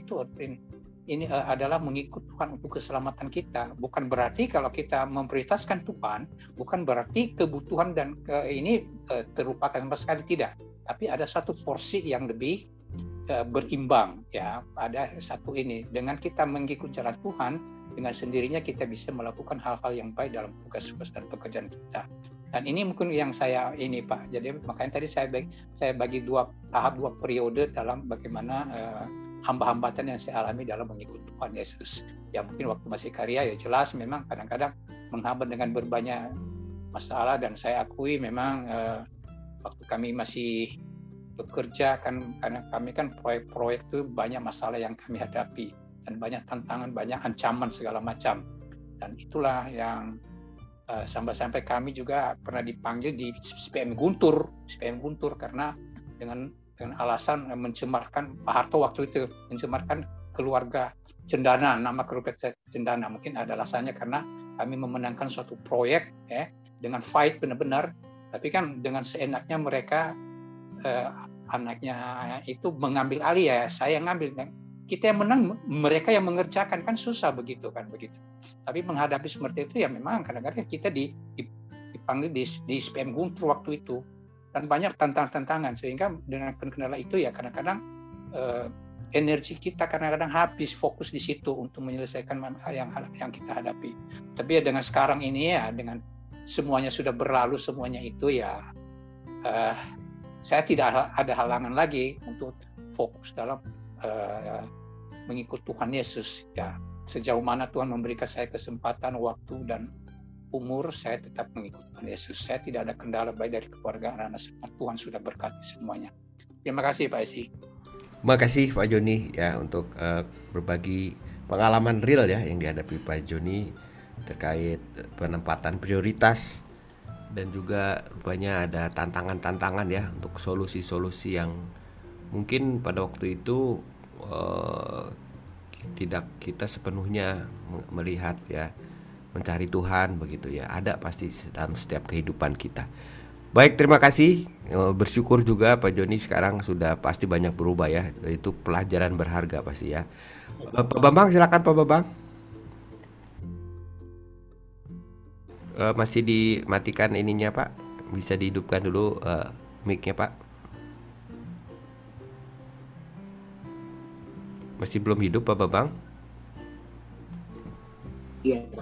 adalah mengikut Tuhan untuk keselamatan kita. Bukan berarti kalau kita memprioritaskan Tuhan, bukan berarti kebutuhan dan ini terlupakan sama sekali, tidak. Tapi ada satu porsi yang lebih berimbang ya. Ada satu ini, dengan kita mengikut jalan Tuhan, dengan sendirinya kita bisa melakukan hal-hal yang baik dalam tugas-tugas dan pekerjaan kita. Dan ini mungkin yang saya ini Pak. Jadi makanya tadi saya bagi dua periode dalam bagaimana hamba-hambatan yang saya alami dalam mengikut Tuhan Yesus. Ya mungkin waktu masih karya ya jelas memang kadang-kadang menghambat dengan berbanyak masalah, dan saya akui memang waktu kami masih bekerja kan, karena kami kan proyek-proyek itu banyak masalah yang kami hadapi dan banyak tantangan, banyak ancaman segala macam. Dan itulah yang sampai kami juga pernah dipanggil di SPM Guntur karena dengan alasan mencemarkan Pak Harto waktu itu, mencemarkan keluarga Cendana, nama keluarga Cendana. Mungkin ada alasannya karena kami memenangkan suatu proyek ya dengan fight benar-benar, tapi kan dengan seenaknya mereka anaknya itu mengambil alih ya, saya ngambil. Kita yang menang, mereka yang mengerjakan, kan susah begitu. Tapi menghadapi seperti itu ya memang kadang-kadang kita dipanggil di SPM Guntur waktu itu, dan banyak tantangan, sehingga dengan kendala itu ya kadang-kadang energi kita kadang-kadang habis fokus di situ untuk menyelesaikan hal yang kita hadapi. Tapi ya dengan sekarang ini ya, dengan semuanya sudah berlalu, semuanya itu ya saya tidak ada halangan lagi untuk fokus dalam mengikut Tuhan Yesus ya. Sejauh mana Tuhan memberikan saya kesempatan, waktu dan umur, saya tetap mengikut Tuhan Yesus. Saya tidak ada kendala baik dari keluarga, anak-anak. Tuhan sudah berkati semuanya. Terima kasih Pak Esi. Terima kasih Pak Joni ya untuk berbagi pengalaman real ya yang dihadapi Pak Joni terkait penempatan prioritas, dan juga rupanya ada tantangan-tantangan ya untuk solusi-solusi yang mungkin pada waktu itu tidak kita sepenuhnya melihat ya, mencari Tuhan begitu ya, ada pasti dalam setiap kehidupan kita. Baik, terima kasih. Bersyukur juga Pak Joni sekarang sudah pasti banyak berubah ya, itu pelajaran berharga pasti ya. Pak Bambang, silakan Pak Bambang. Masih dimatikan ininya Pak, bisa dihidupkan dulu mic-nya Pak. Masih belum hidup Pak Bambang? Iya Pak.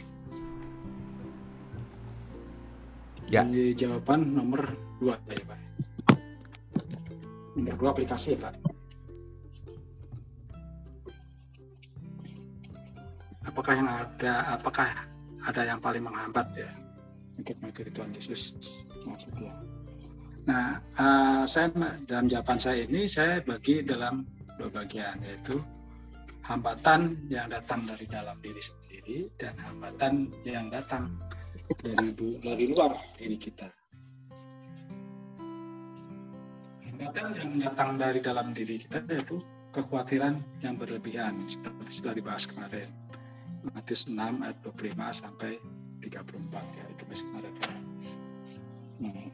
Ya. Di jawaban nomor 2 ya Pak. Nomor 2 aplikasi ya Pak. Apakah ada yang paling menghambat ya untuk mengikuti Tuhan Yesus yang setia? Nah, saya dalam jawaban saya ini saya bagi dalam 2 bagian, yaitu hambatan yang datang dari dalam diri sendiri dan hambatan yang datang dari luar diri kita. Hambatan yang datang dari dalam diri kita yaitu kekhawatiran yang berlebihan, seperti sudah dibahas kemarin, Matius 6 ayat 25 sampai 34 hari Kamis kemarin. Nah,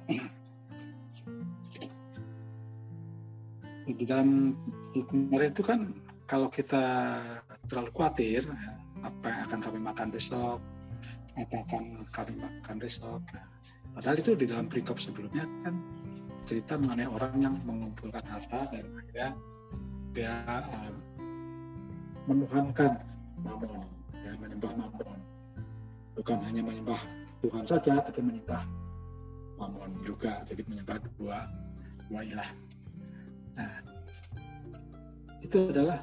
di dalam kemarin itu kan kalau kita terlalu khawatir apa yang akan kami makan besok, apa akan kami makan besok. Nah, padahal itu di dalam perikop sebelumnya kan cerita mengenai orang yang mengumpulkan harta dan akhirnya dia menuhankan Mammon, ya, menyembah Mammon. Bukan hanya menyembah Tuhan saja, tapi menyembah Mammon juga. Jadi menyembah dua ilah. Nah, itu adalah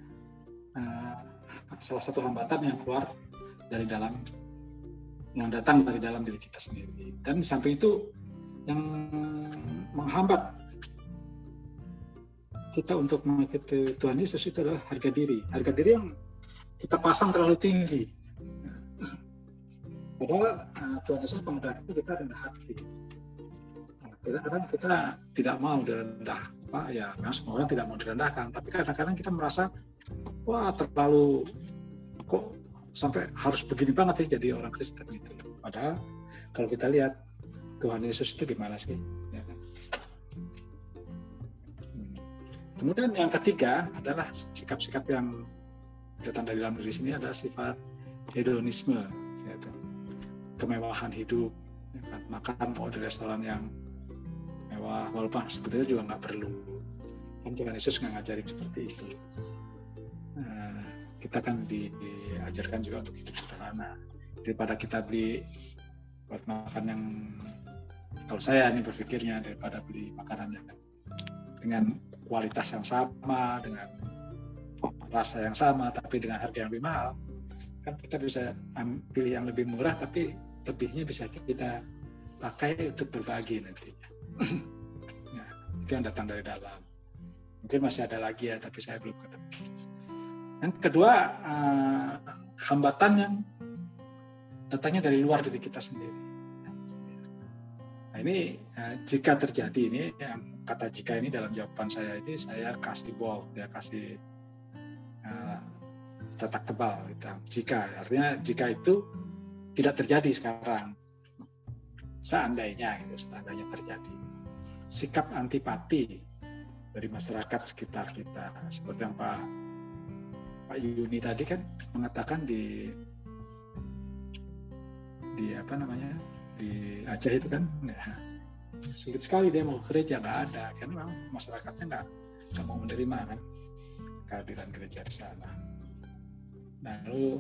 salah satu hambatan yang keluar dari dalam, yang datang dari dalam diri kita sendiri. Dan di samping itu yang menghambat kita untuk mengikuti Tuhan Yesus itu adalah harga diri yang kita pasang terlalu tinggi. Padahal Tuhan Yesus menghendaki kita rendah hati. Kadang-kadang kita tidak mau direndah, ya memang semua orang tidak mau direndahkan, tapi kadang-kadang kita merasa wah terlalu kok sampai harus begini banget sih jadi orang Kristen gitu. Padahal kalau kita lihat Tuhan Yesus itu gimana sih? Ya. Kemudian yang ketiga adalah sikap-sikap yang datang dari dalam diri sini adalah sifat hedonisme, yaitu kemewahan hidup, ya kan? Makan mau di restoran yang mewah, walaupun sebetulnya juga nggak perlu. Kan Tuhan Yesus nggak ngajarin seperti itu. Kita kan diajarkan juga untuk hidup sederhana. Daripada kita beli buat makan yang, kalau saya ini berpikirnya, daripada beli makanan yang dengan kualitas yang sama, dengan rasa yang sama, tapi dengan harga yang lebih mahal, kan kita bisa pilih yang lebih murah, tapi lebihnya bisa kita pakai untuk berbagi nantinya. Nah, itu yang datang dari dalam. Mungkin masih ada lagi ya, tapi saya belum ketemu. Yang kedua, hambatan yang datangnya dari luar diri kita sendiri. Nah, ini jika terjadi, ini yang kata jika ini dalam jawaban saya ini saya kasih bold, ya kasih cetak tebal gitu. Jika, artinya jika itu tidak terjadi sekarang, seandainya terjadi sikap antipati dari masyarakat sekitar kita, seperti yang Pak Yuni tadi kan mengatakan di Aceh itu kan, ya, sulit sekali dia mau gereja, nggak ada, kan memang masyarakatnya nggak mau menerima kan kehadiran gereja di sana. Lalu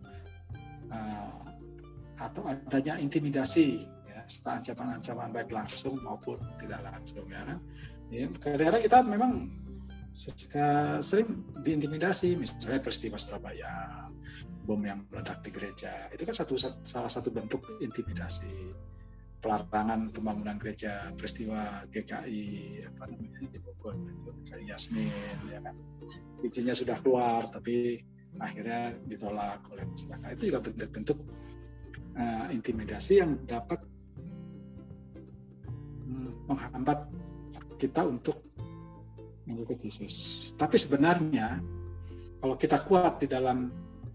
atau adanya intimidasi, ya, serta ancaman-ancaman baik langsung maupun tidak langsung, ya kan. Ya, kadang-kadang kita memang sering diintimidasi, misalnya peristiwa Surabaya, bom yang meledak di gereja, itu kan salah satu bentuk intimidasi. Pelarangan pembangunan gereja, peristiwa GKI di Bogor, GKI Yasmin, ya kan, izinnya sudah keluar tapi akhirnya ditolak oleh masyarakat. Itu juga bentuk-bentuk intimidasi yang dapat menghambat kita untuk mengikuti Yesus. Tapi sebenarnya kalau kita kuat di dalam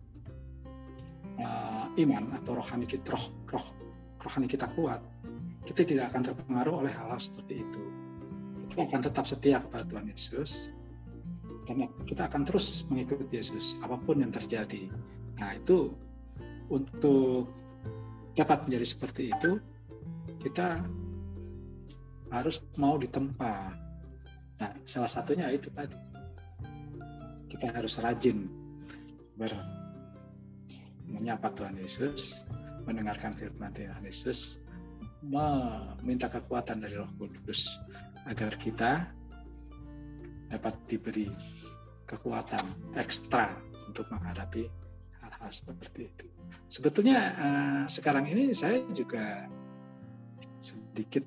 iman atau rohani kita kuat, kita tidak akan terpengaruh oleh hal-hal seperti itu. Kita akan tetap setia kepada Tuhan Yesus dan kita akan terus mengikuti Yesus apapun yang terjadi. Nah, itu untuk dapat menjadi seperti itu, kita harus mau ditempa. Nah, salah satunya itu tadi, kita harus rajin menyapa Tuhan Yesus, mendengarkan firman Tuhan Yesus, meminta kekuatan dari Roh Kudus agar kita dapat diberi kekuatan ekstra untuk menghadapi hal-hal seperti itu. Sebetulnya sekarang ini saya juga sedikit,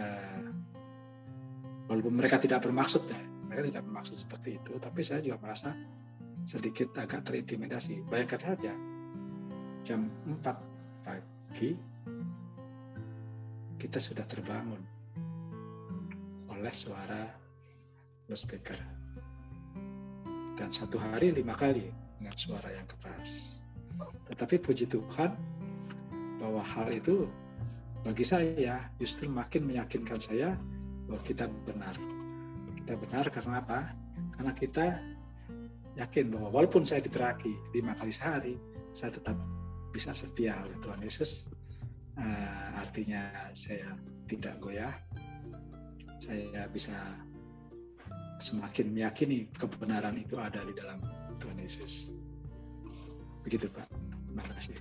walaupun mereka tidak bermaksud seperti itu, tapi saya juga merasa sedikit agak terintimidasi. Bayangkan saja jam 4 pagi kita sudah terbangun oleh suara loudspeaker, dan satu hari 5 kali dengan suara yang keras. Tetapi puji Tuhan, bahwa hal itu bagi saya justru makin meyakinkan saya bahwa kita benar. Kita benar karena apa? Karena kita yakin bahwa walaupun saya diteraki 5 kali sehari, saya tetap bisa setia oleh Tuhan Yesus. Artinya saya tidak goyah. Saya bisa semakin meyakini kebenaran itu ada di dalam Tuhan Yesus. Begitu Pak. Terima kasih.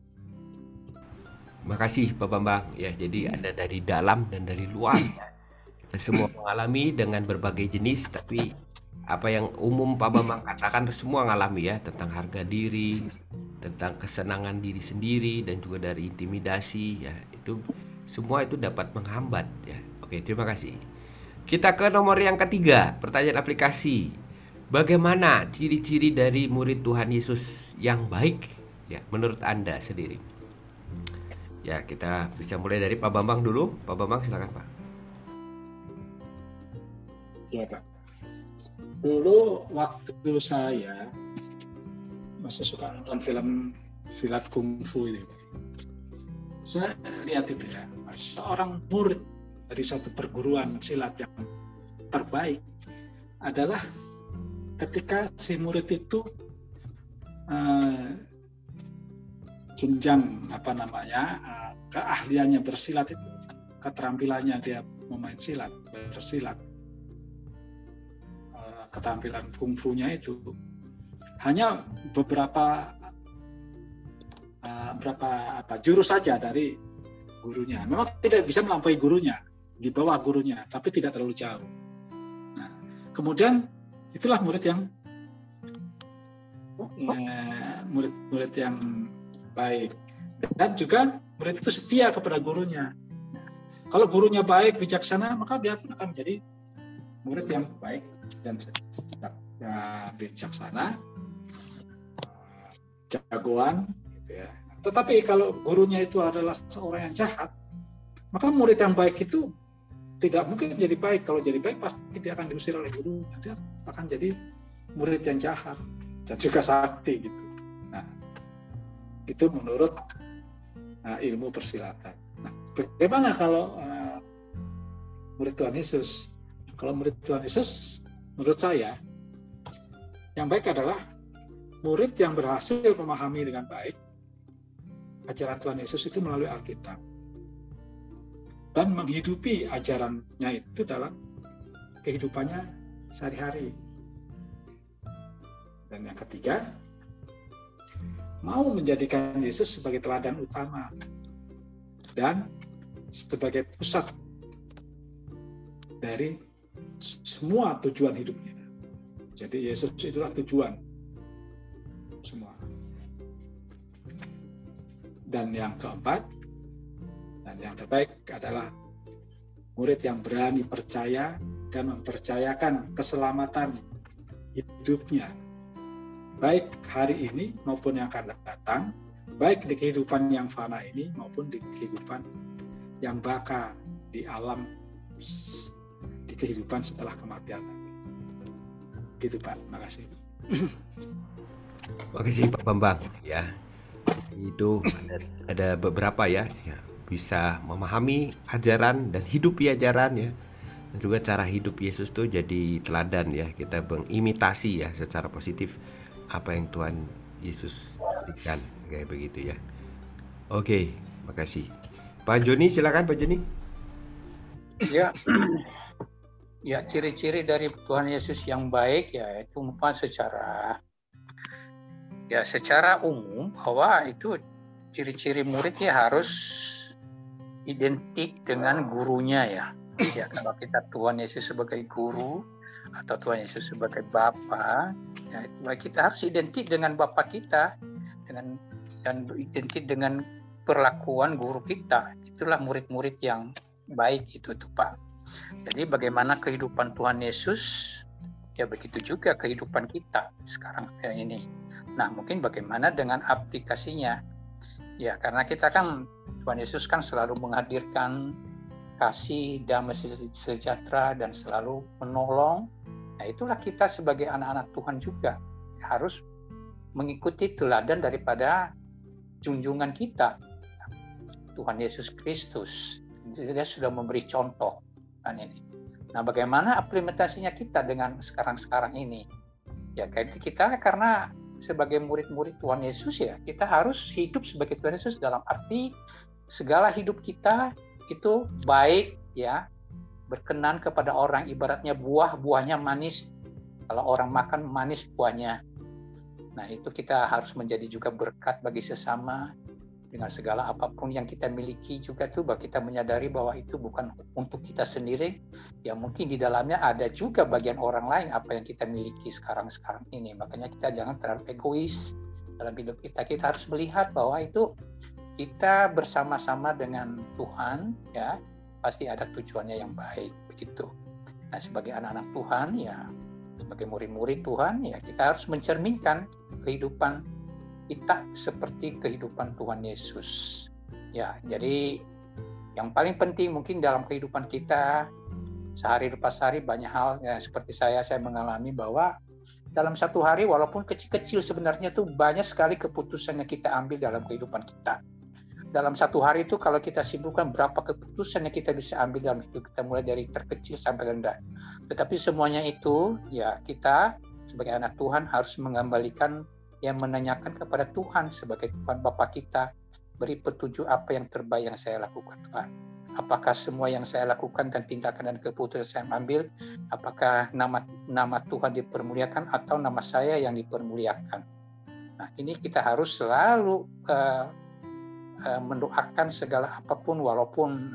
Makasih Pak Bambang ya. Jadi ada dari dalam dan dari luar. Kita semua mengalami dengan berbagai jenis, tapi apa yang umum Pak Bambang katakan semua ngalami ya, tentang harga diri, tentang kesenangan diri sendiri, dan juga dari intimidasi ya. Itu semua itu dapat menghambat ya. Oke, terima kasih. Kita ke nomor yang ketiga, pertanyaan aplikasi. Bagaimana ciri-ciri dari murid Tuhan Yesus yang baik ya menurut Anda sendiri? Ya, kita bisa mulai dari Pak Bambang dulu. Pak Bambang silakan Pak. Ya Pak. Dulu waktu saya masih suka nonton film silat kungfu ini, saya lihat itu ya, seorang murid dari suatu perguruan silat yang terbaik adalah ketika si murid itu jenjang keahliannya bersilat itu, keterampilannya dia memain silat, bersilat, keterampilan kungfunya itu hanya beberapa jurus saja dari gurunya. Memang tidak bisa melampaui gurunya, di bawah gurunya, tapi tidak terlalu jauh. Nah, kemudian itulah murid yang baik, dan juga murid itu setia kepada gurunya. Kalau gurunya baik, bijaksana, maka dia pun akan menjadi murid yang baik dan bijaksana, jagoan, gitu ya. Tetapi kalau gurunya itu adalah seorang yang jahat, maka murid yang baik itu tidak mungkin jadi baik. Kalau jadi baik pasti dia akan diusir oleh guru. Dia akan jadi murid yang jahat dan juga sakti gitu. Nah, itu menurut ilmu persilatan. Nah, bagaimana kalau murid Tuhan Yesus? Kalau murid Tuhan Yesus, menurut saya yang baik adalah murid yang berhasil memahami dengan baik ajaran Tuhan Yesus itu melalui Alkitab dan menghidupi ajarannya itu dalam kehidupannya sehari-hari. Dan yang ketiga, mau menjadikan Yesus sebagai teladan utama dan sebagai pusat dari semua tujuan hidupnya. Jadi Yesus itulah tujuan semua. Dan yang keempat, dan yang terbaik adalah murid yang berani percaya dan mempercayakan keselamatan hidupnya, baik hari ini maupun yang akan datang, baik di kehidupan yang fana ini maupun di kehidupan yang baka di alam, di kehidupan setelah kematian. Gitu Pak, terima kasih. Terima kasih Pak Bambang ya. Itu ada beberapa ya bisa memahami ajaran dan hidupi ajaran ya, dan juga cara hidup Yesus tuh jadi teladan ya, kita mengimitasi ya secara positif apa yang Tuhan Yesus berikan kayak begitu ya. Oke, makasih. Pak Joni silakan Pak Joni. Ya, ya ciri-ciri dari Tuhan Yesus yang baik ya itu secara umum bahwa itu ciri-ciri muridnya harus identik dengan gurunya ya. Ya kalau kita Tuhan Yesus sebagai guru atau Tuhan Yesus sebagai Bapa, ya kita harus identik dengan Bapa kita, dan identik dengan perlakuan guru kita. Itulah murid-murid yang baik itu tuh Pak. Jadi bagaimana kehidupan Tuhan Yesus, ya begitu juga kehidupan kita sekarang kayak ini. Nah mungkin bagaimana dengan aplikasinya? Ya karena kita kan Tuhan Yesus kan selalu menghadirkan kasih, damai sejahtera dan selalu menolong. Nah itulah kita sebagai anak-anak Tuhan juga harus mengikuti teladan daripada junjungan kita. Tuhan Yesus Kristus. Dia sudah memberi contoh kan ini. Nah, bagaimana implementasinya kita dengan sekarang ini? Ya, kita karena sebagai murid-murid Tuhan Yesus ya, kita harus hidup sebagai Tuhan Yesus dalam arti segala hidup kita itu baik ya, berkenan kepada orang, ibaratnya buahnya manis. Kalau orang makan manis buahnya. Nah, itu kita harus menjadi juga berkat bagi sesama dengan segala apapun yang kita miliki juga tuh, bahwa kita menyadari bahwa itu bukan untuk kita sendiri. Ya mungkin di dalamnya ada juga bagian orang lain apa yang kita miliki sekarang ini. Makanya kita jangan terlalu egois dalam hidup kita. Kita harus melihat bahwa itu kita bersama-sama dengan Tuhan ya, pasti ada tujuannya yang baik begitu. Nah, sebagai anak-anak Tuhan ya, sebagai murid-murid Tuhan ya, kita harus mencerminkan kehidupan kita seperti kehidupan Tuhan Yesus. Ya, jadi yang paling penting mungkin dalam kehidupan kita sehari lepas hari banyak hal ya, seperti saya mengalami bahwa dalam satu hari walaupun kecil-kecil sebenarnya tuh banyak sekali keputusan yang kita ambil dalam kehidupan kita. Dalam satu hari itu kalau kita simpulkan berapa keputusan yang kita bisa ambil dalam hidup kita, mulai dari terkecil sampai rendah. Tetapi semuanya itu ya kita sebagai anak Tuhan harus mengembalikan yang menanyakan kepada Tuhan sebagai Tuhan Bapa kita, beri petunjuk apa yang terbaik yang saya lakukan Tuhan. Apakah semua yang saya lakukan dan tindakan dan keputusan saya ambil, apakah nama Tuhan dipermuliakan atau nama saya yang dipermuliakan. Nah, ini kita harus selalu mendoakan segala apapun, walaupun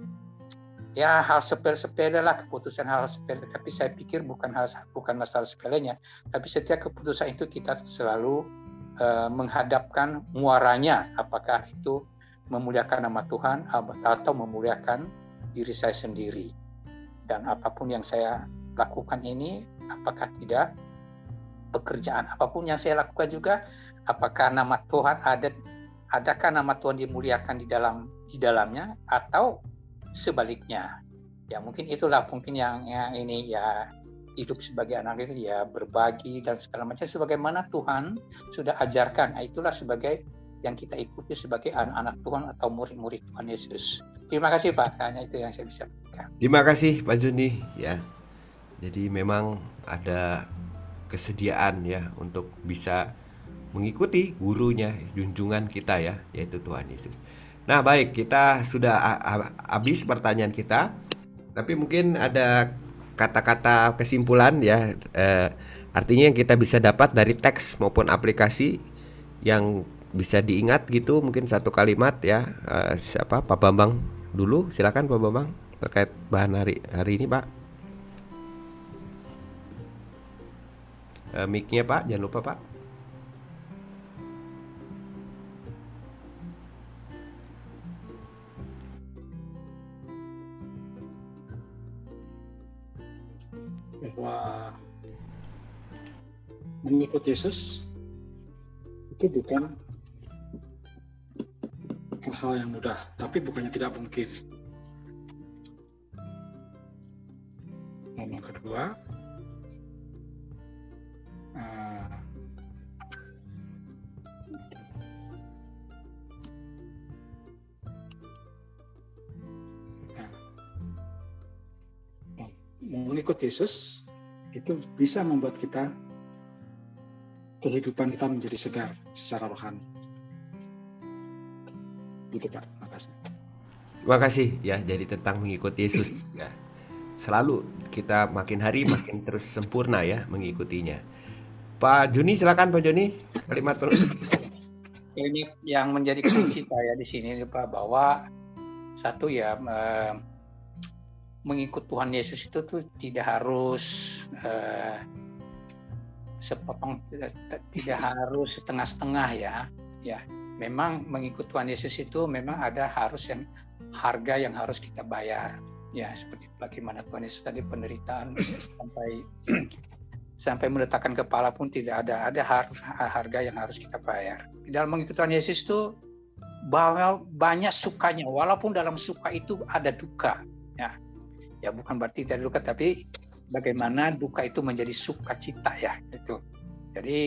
ya hal sepele lah, keputusan hal sepele, tapi saya pikir bukan masalah sepelenya, tapi setiap keputusan itu kita selalu menghadapkan muaranya, apakah itu memuliakan nama Tuhan atau memuliakan diri saya sendiri. Dan apapun yang saya lakukan ini, apakah tidak pekerjaan apapun yang saya lakukan juga, apakah nama Tuhan adakah nama Tuhan dimuliakan di dalamnya atau sebaliknya. Ya mungkin itulah yang ini ya, hidup sebagai anak itu ya berbagi dan segala macam sebagaimana Tuhan sudah ajarkan. Nah, itulah sebagai yang kita ikuti sebagai anak-anak Tuhan atau murid-murid Tuhan Yesus. Terima kasih Pak, hanya itu yang saya bisa berikan. Terima kasih Pak Joni ya. Jadi memang ada kesediaan ya untuk bisa mengikuti gurunya, junjungan kita ya, yaitu Tuhan Yesus. Nah baik, kita sudah habis pertanyaan kita, tapi mungkin ada kata-kata kesimpulan ya, artinya yang kita bisa dapat dari teks maupun aplikasi yang bisa diingat gitu, mungkin satu kalimat ya. Siapa? Pak Bambang dulu, silakan Pak Bambang terkait bahan hari ini Pak. Mic-nya Pak, jangan lupa Pak. Bahwa mengikut Yesus itu bukan hal yang mudah, tapi bukannya tidak mungkin. Dan yang kedua, mengikut Yesus itu bisa membuat kehidupan kita menjadi segar secara rohani. Gitu Pak, makasih. Terima kasih ya. Jadi tentang mengikut Yesus ya, selalu kita makin hari makin terus sempurna ya mengikutinya. Pak Joni, silakan Pak Joni, kalimat penutup. Ini yang menjadi kunci saya di sini Pak, bahwa satu ya, mengikut Tuhan Yesus itu tuh tidak harus sepotong, tidak harus setengah-setengah ya. Memang mengikut Tuhan Yesus itu memang ada harga yang harus kita bayar. Ya, seperti bagaimana Tuhan Yesus tadi penderitaan sampai meletakkan kepala pun tidak ada harga yang harus kita bayar. Di dalam mengikut Tuhan Yesus itu bahwa banyak sukanya, walaupun dalam suka itu ada duka. Ya bukan berarti tidak duka, tapi bagaimana duka itu menjadi sukacita ya itu. Jadi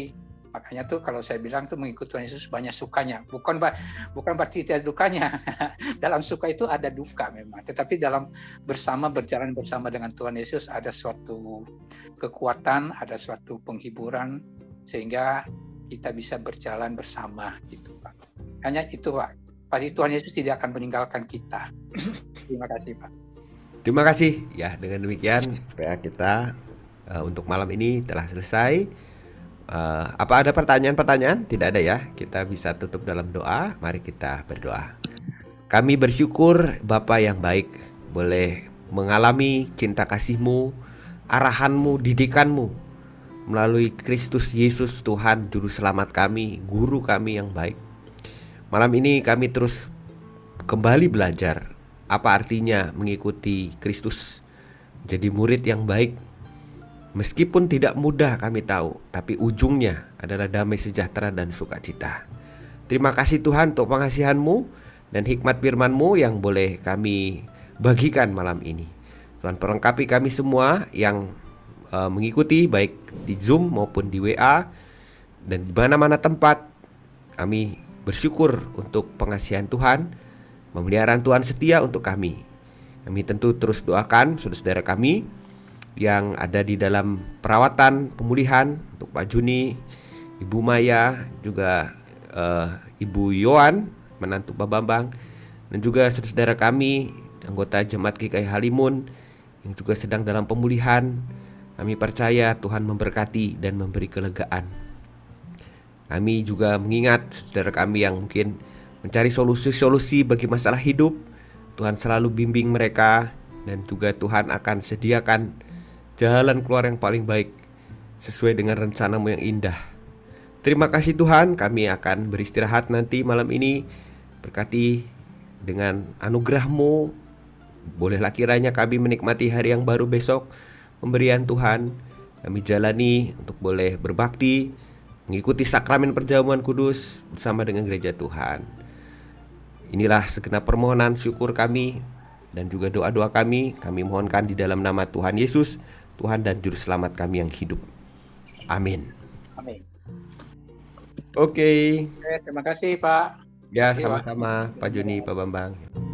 Makanya tuh kalau saya bilang tuh mengikut Tuhan Yesus banyak sukanya, bukan berarti tidak dukanya. Dalam suka itu ada duka memang, tetapi dalam berjalan bersama dengan Tuhan Yesus ada suatu kekuatan, ada suatu penghiburan sehingga kita bisa berjalan bersama gitu, Pak. Hanya itu, Pak. Pasti Tuhan Yesus tidak akan meninggalkan kita. Terima kasih, Pak. Terima kasih ya, dengan demikian PA kita untuk malam ini telah selesai. Apa ada pertanyaan-pertanyaan? Tidak ada ya. Kita bisa tutup dalam doa. Mari kita berdoa. Kami bersyukur Bapa yang baik boleh mengalami cinta kasih-Mu, arahan-Mu, didikan-Mu melalui Kristus Yesus Tuhan Juru Selamat kami, Guru kami yang baik. Malam ini kami terus kembali belajar apa artinya mengikuti Kristus, jadi murid yang baik. Meskipun tidak mudah kami tahu, tapi ujungnya adalah damai sejahtera dan sukacita. Terima kasih Tuhan untuk pengasihan-Mu dan hikmat firman-Mu yang boleh kami bagikan malam ini. Tuhan perlengkapi kami semua yang mengikuti baik di Zoom maupun di WA dan di mana-mana tempat. Kami bersyukur untuk pengasihan Tuhan, pemeliharaan Tuhan setia untuk kami. Kami tentu terus doakan saudara-saudara kami yang ada di dalam perawatan pemulihan, untuk Pak Juni, Ibu Maya, juga Ibu Yohan, menantu Pak Bambang, dan juga saudara-saudara kami anggota Jemaat GKI Halimun yang juga sedang dalam pemulihan. Kami percaya Tuhan memberkati dan memberi kelegaan. Kami juga mengingat saudara kami yang mungkin mencari solusi-solusi bagi masalah hidup. Tuhan selalu bimbing mereka, dan juga Tuhan akan sediakan jalan keluar yang paling baik sesuai dengan rencana-Mu yang indah. Terima kasih Tuhan, kami akan beristirahat nanti malam ini. Berkati dengan anugerah-Mu. Bolehlah kiranya kami menikmati hari yang baru besok, pemberian Tuhan. Kami jalani untuk boleh berbakti, mengikuti sakramen perjamuan kudus bersama dengan gereja Tuhan. Inilah segenap permohonan syukur kami dan juga doa-doa kami mohonkan di dalam nama Tuhan Yesus, Tuhan dan Juru Selamat kami yang hidup. Amin. Amin. Oke. Terima kasih Pak. Ya, sama-sama Pak Joni, Pak Bambang.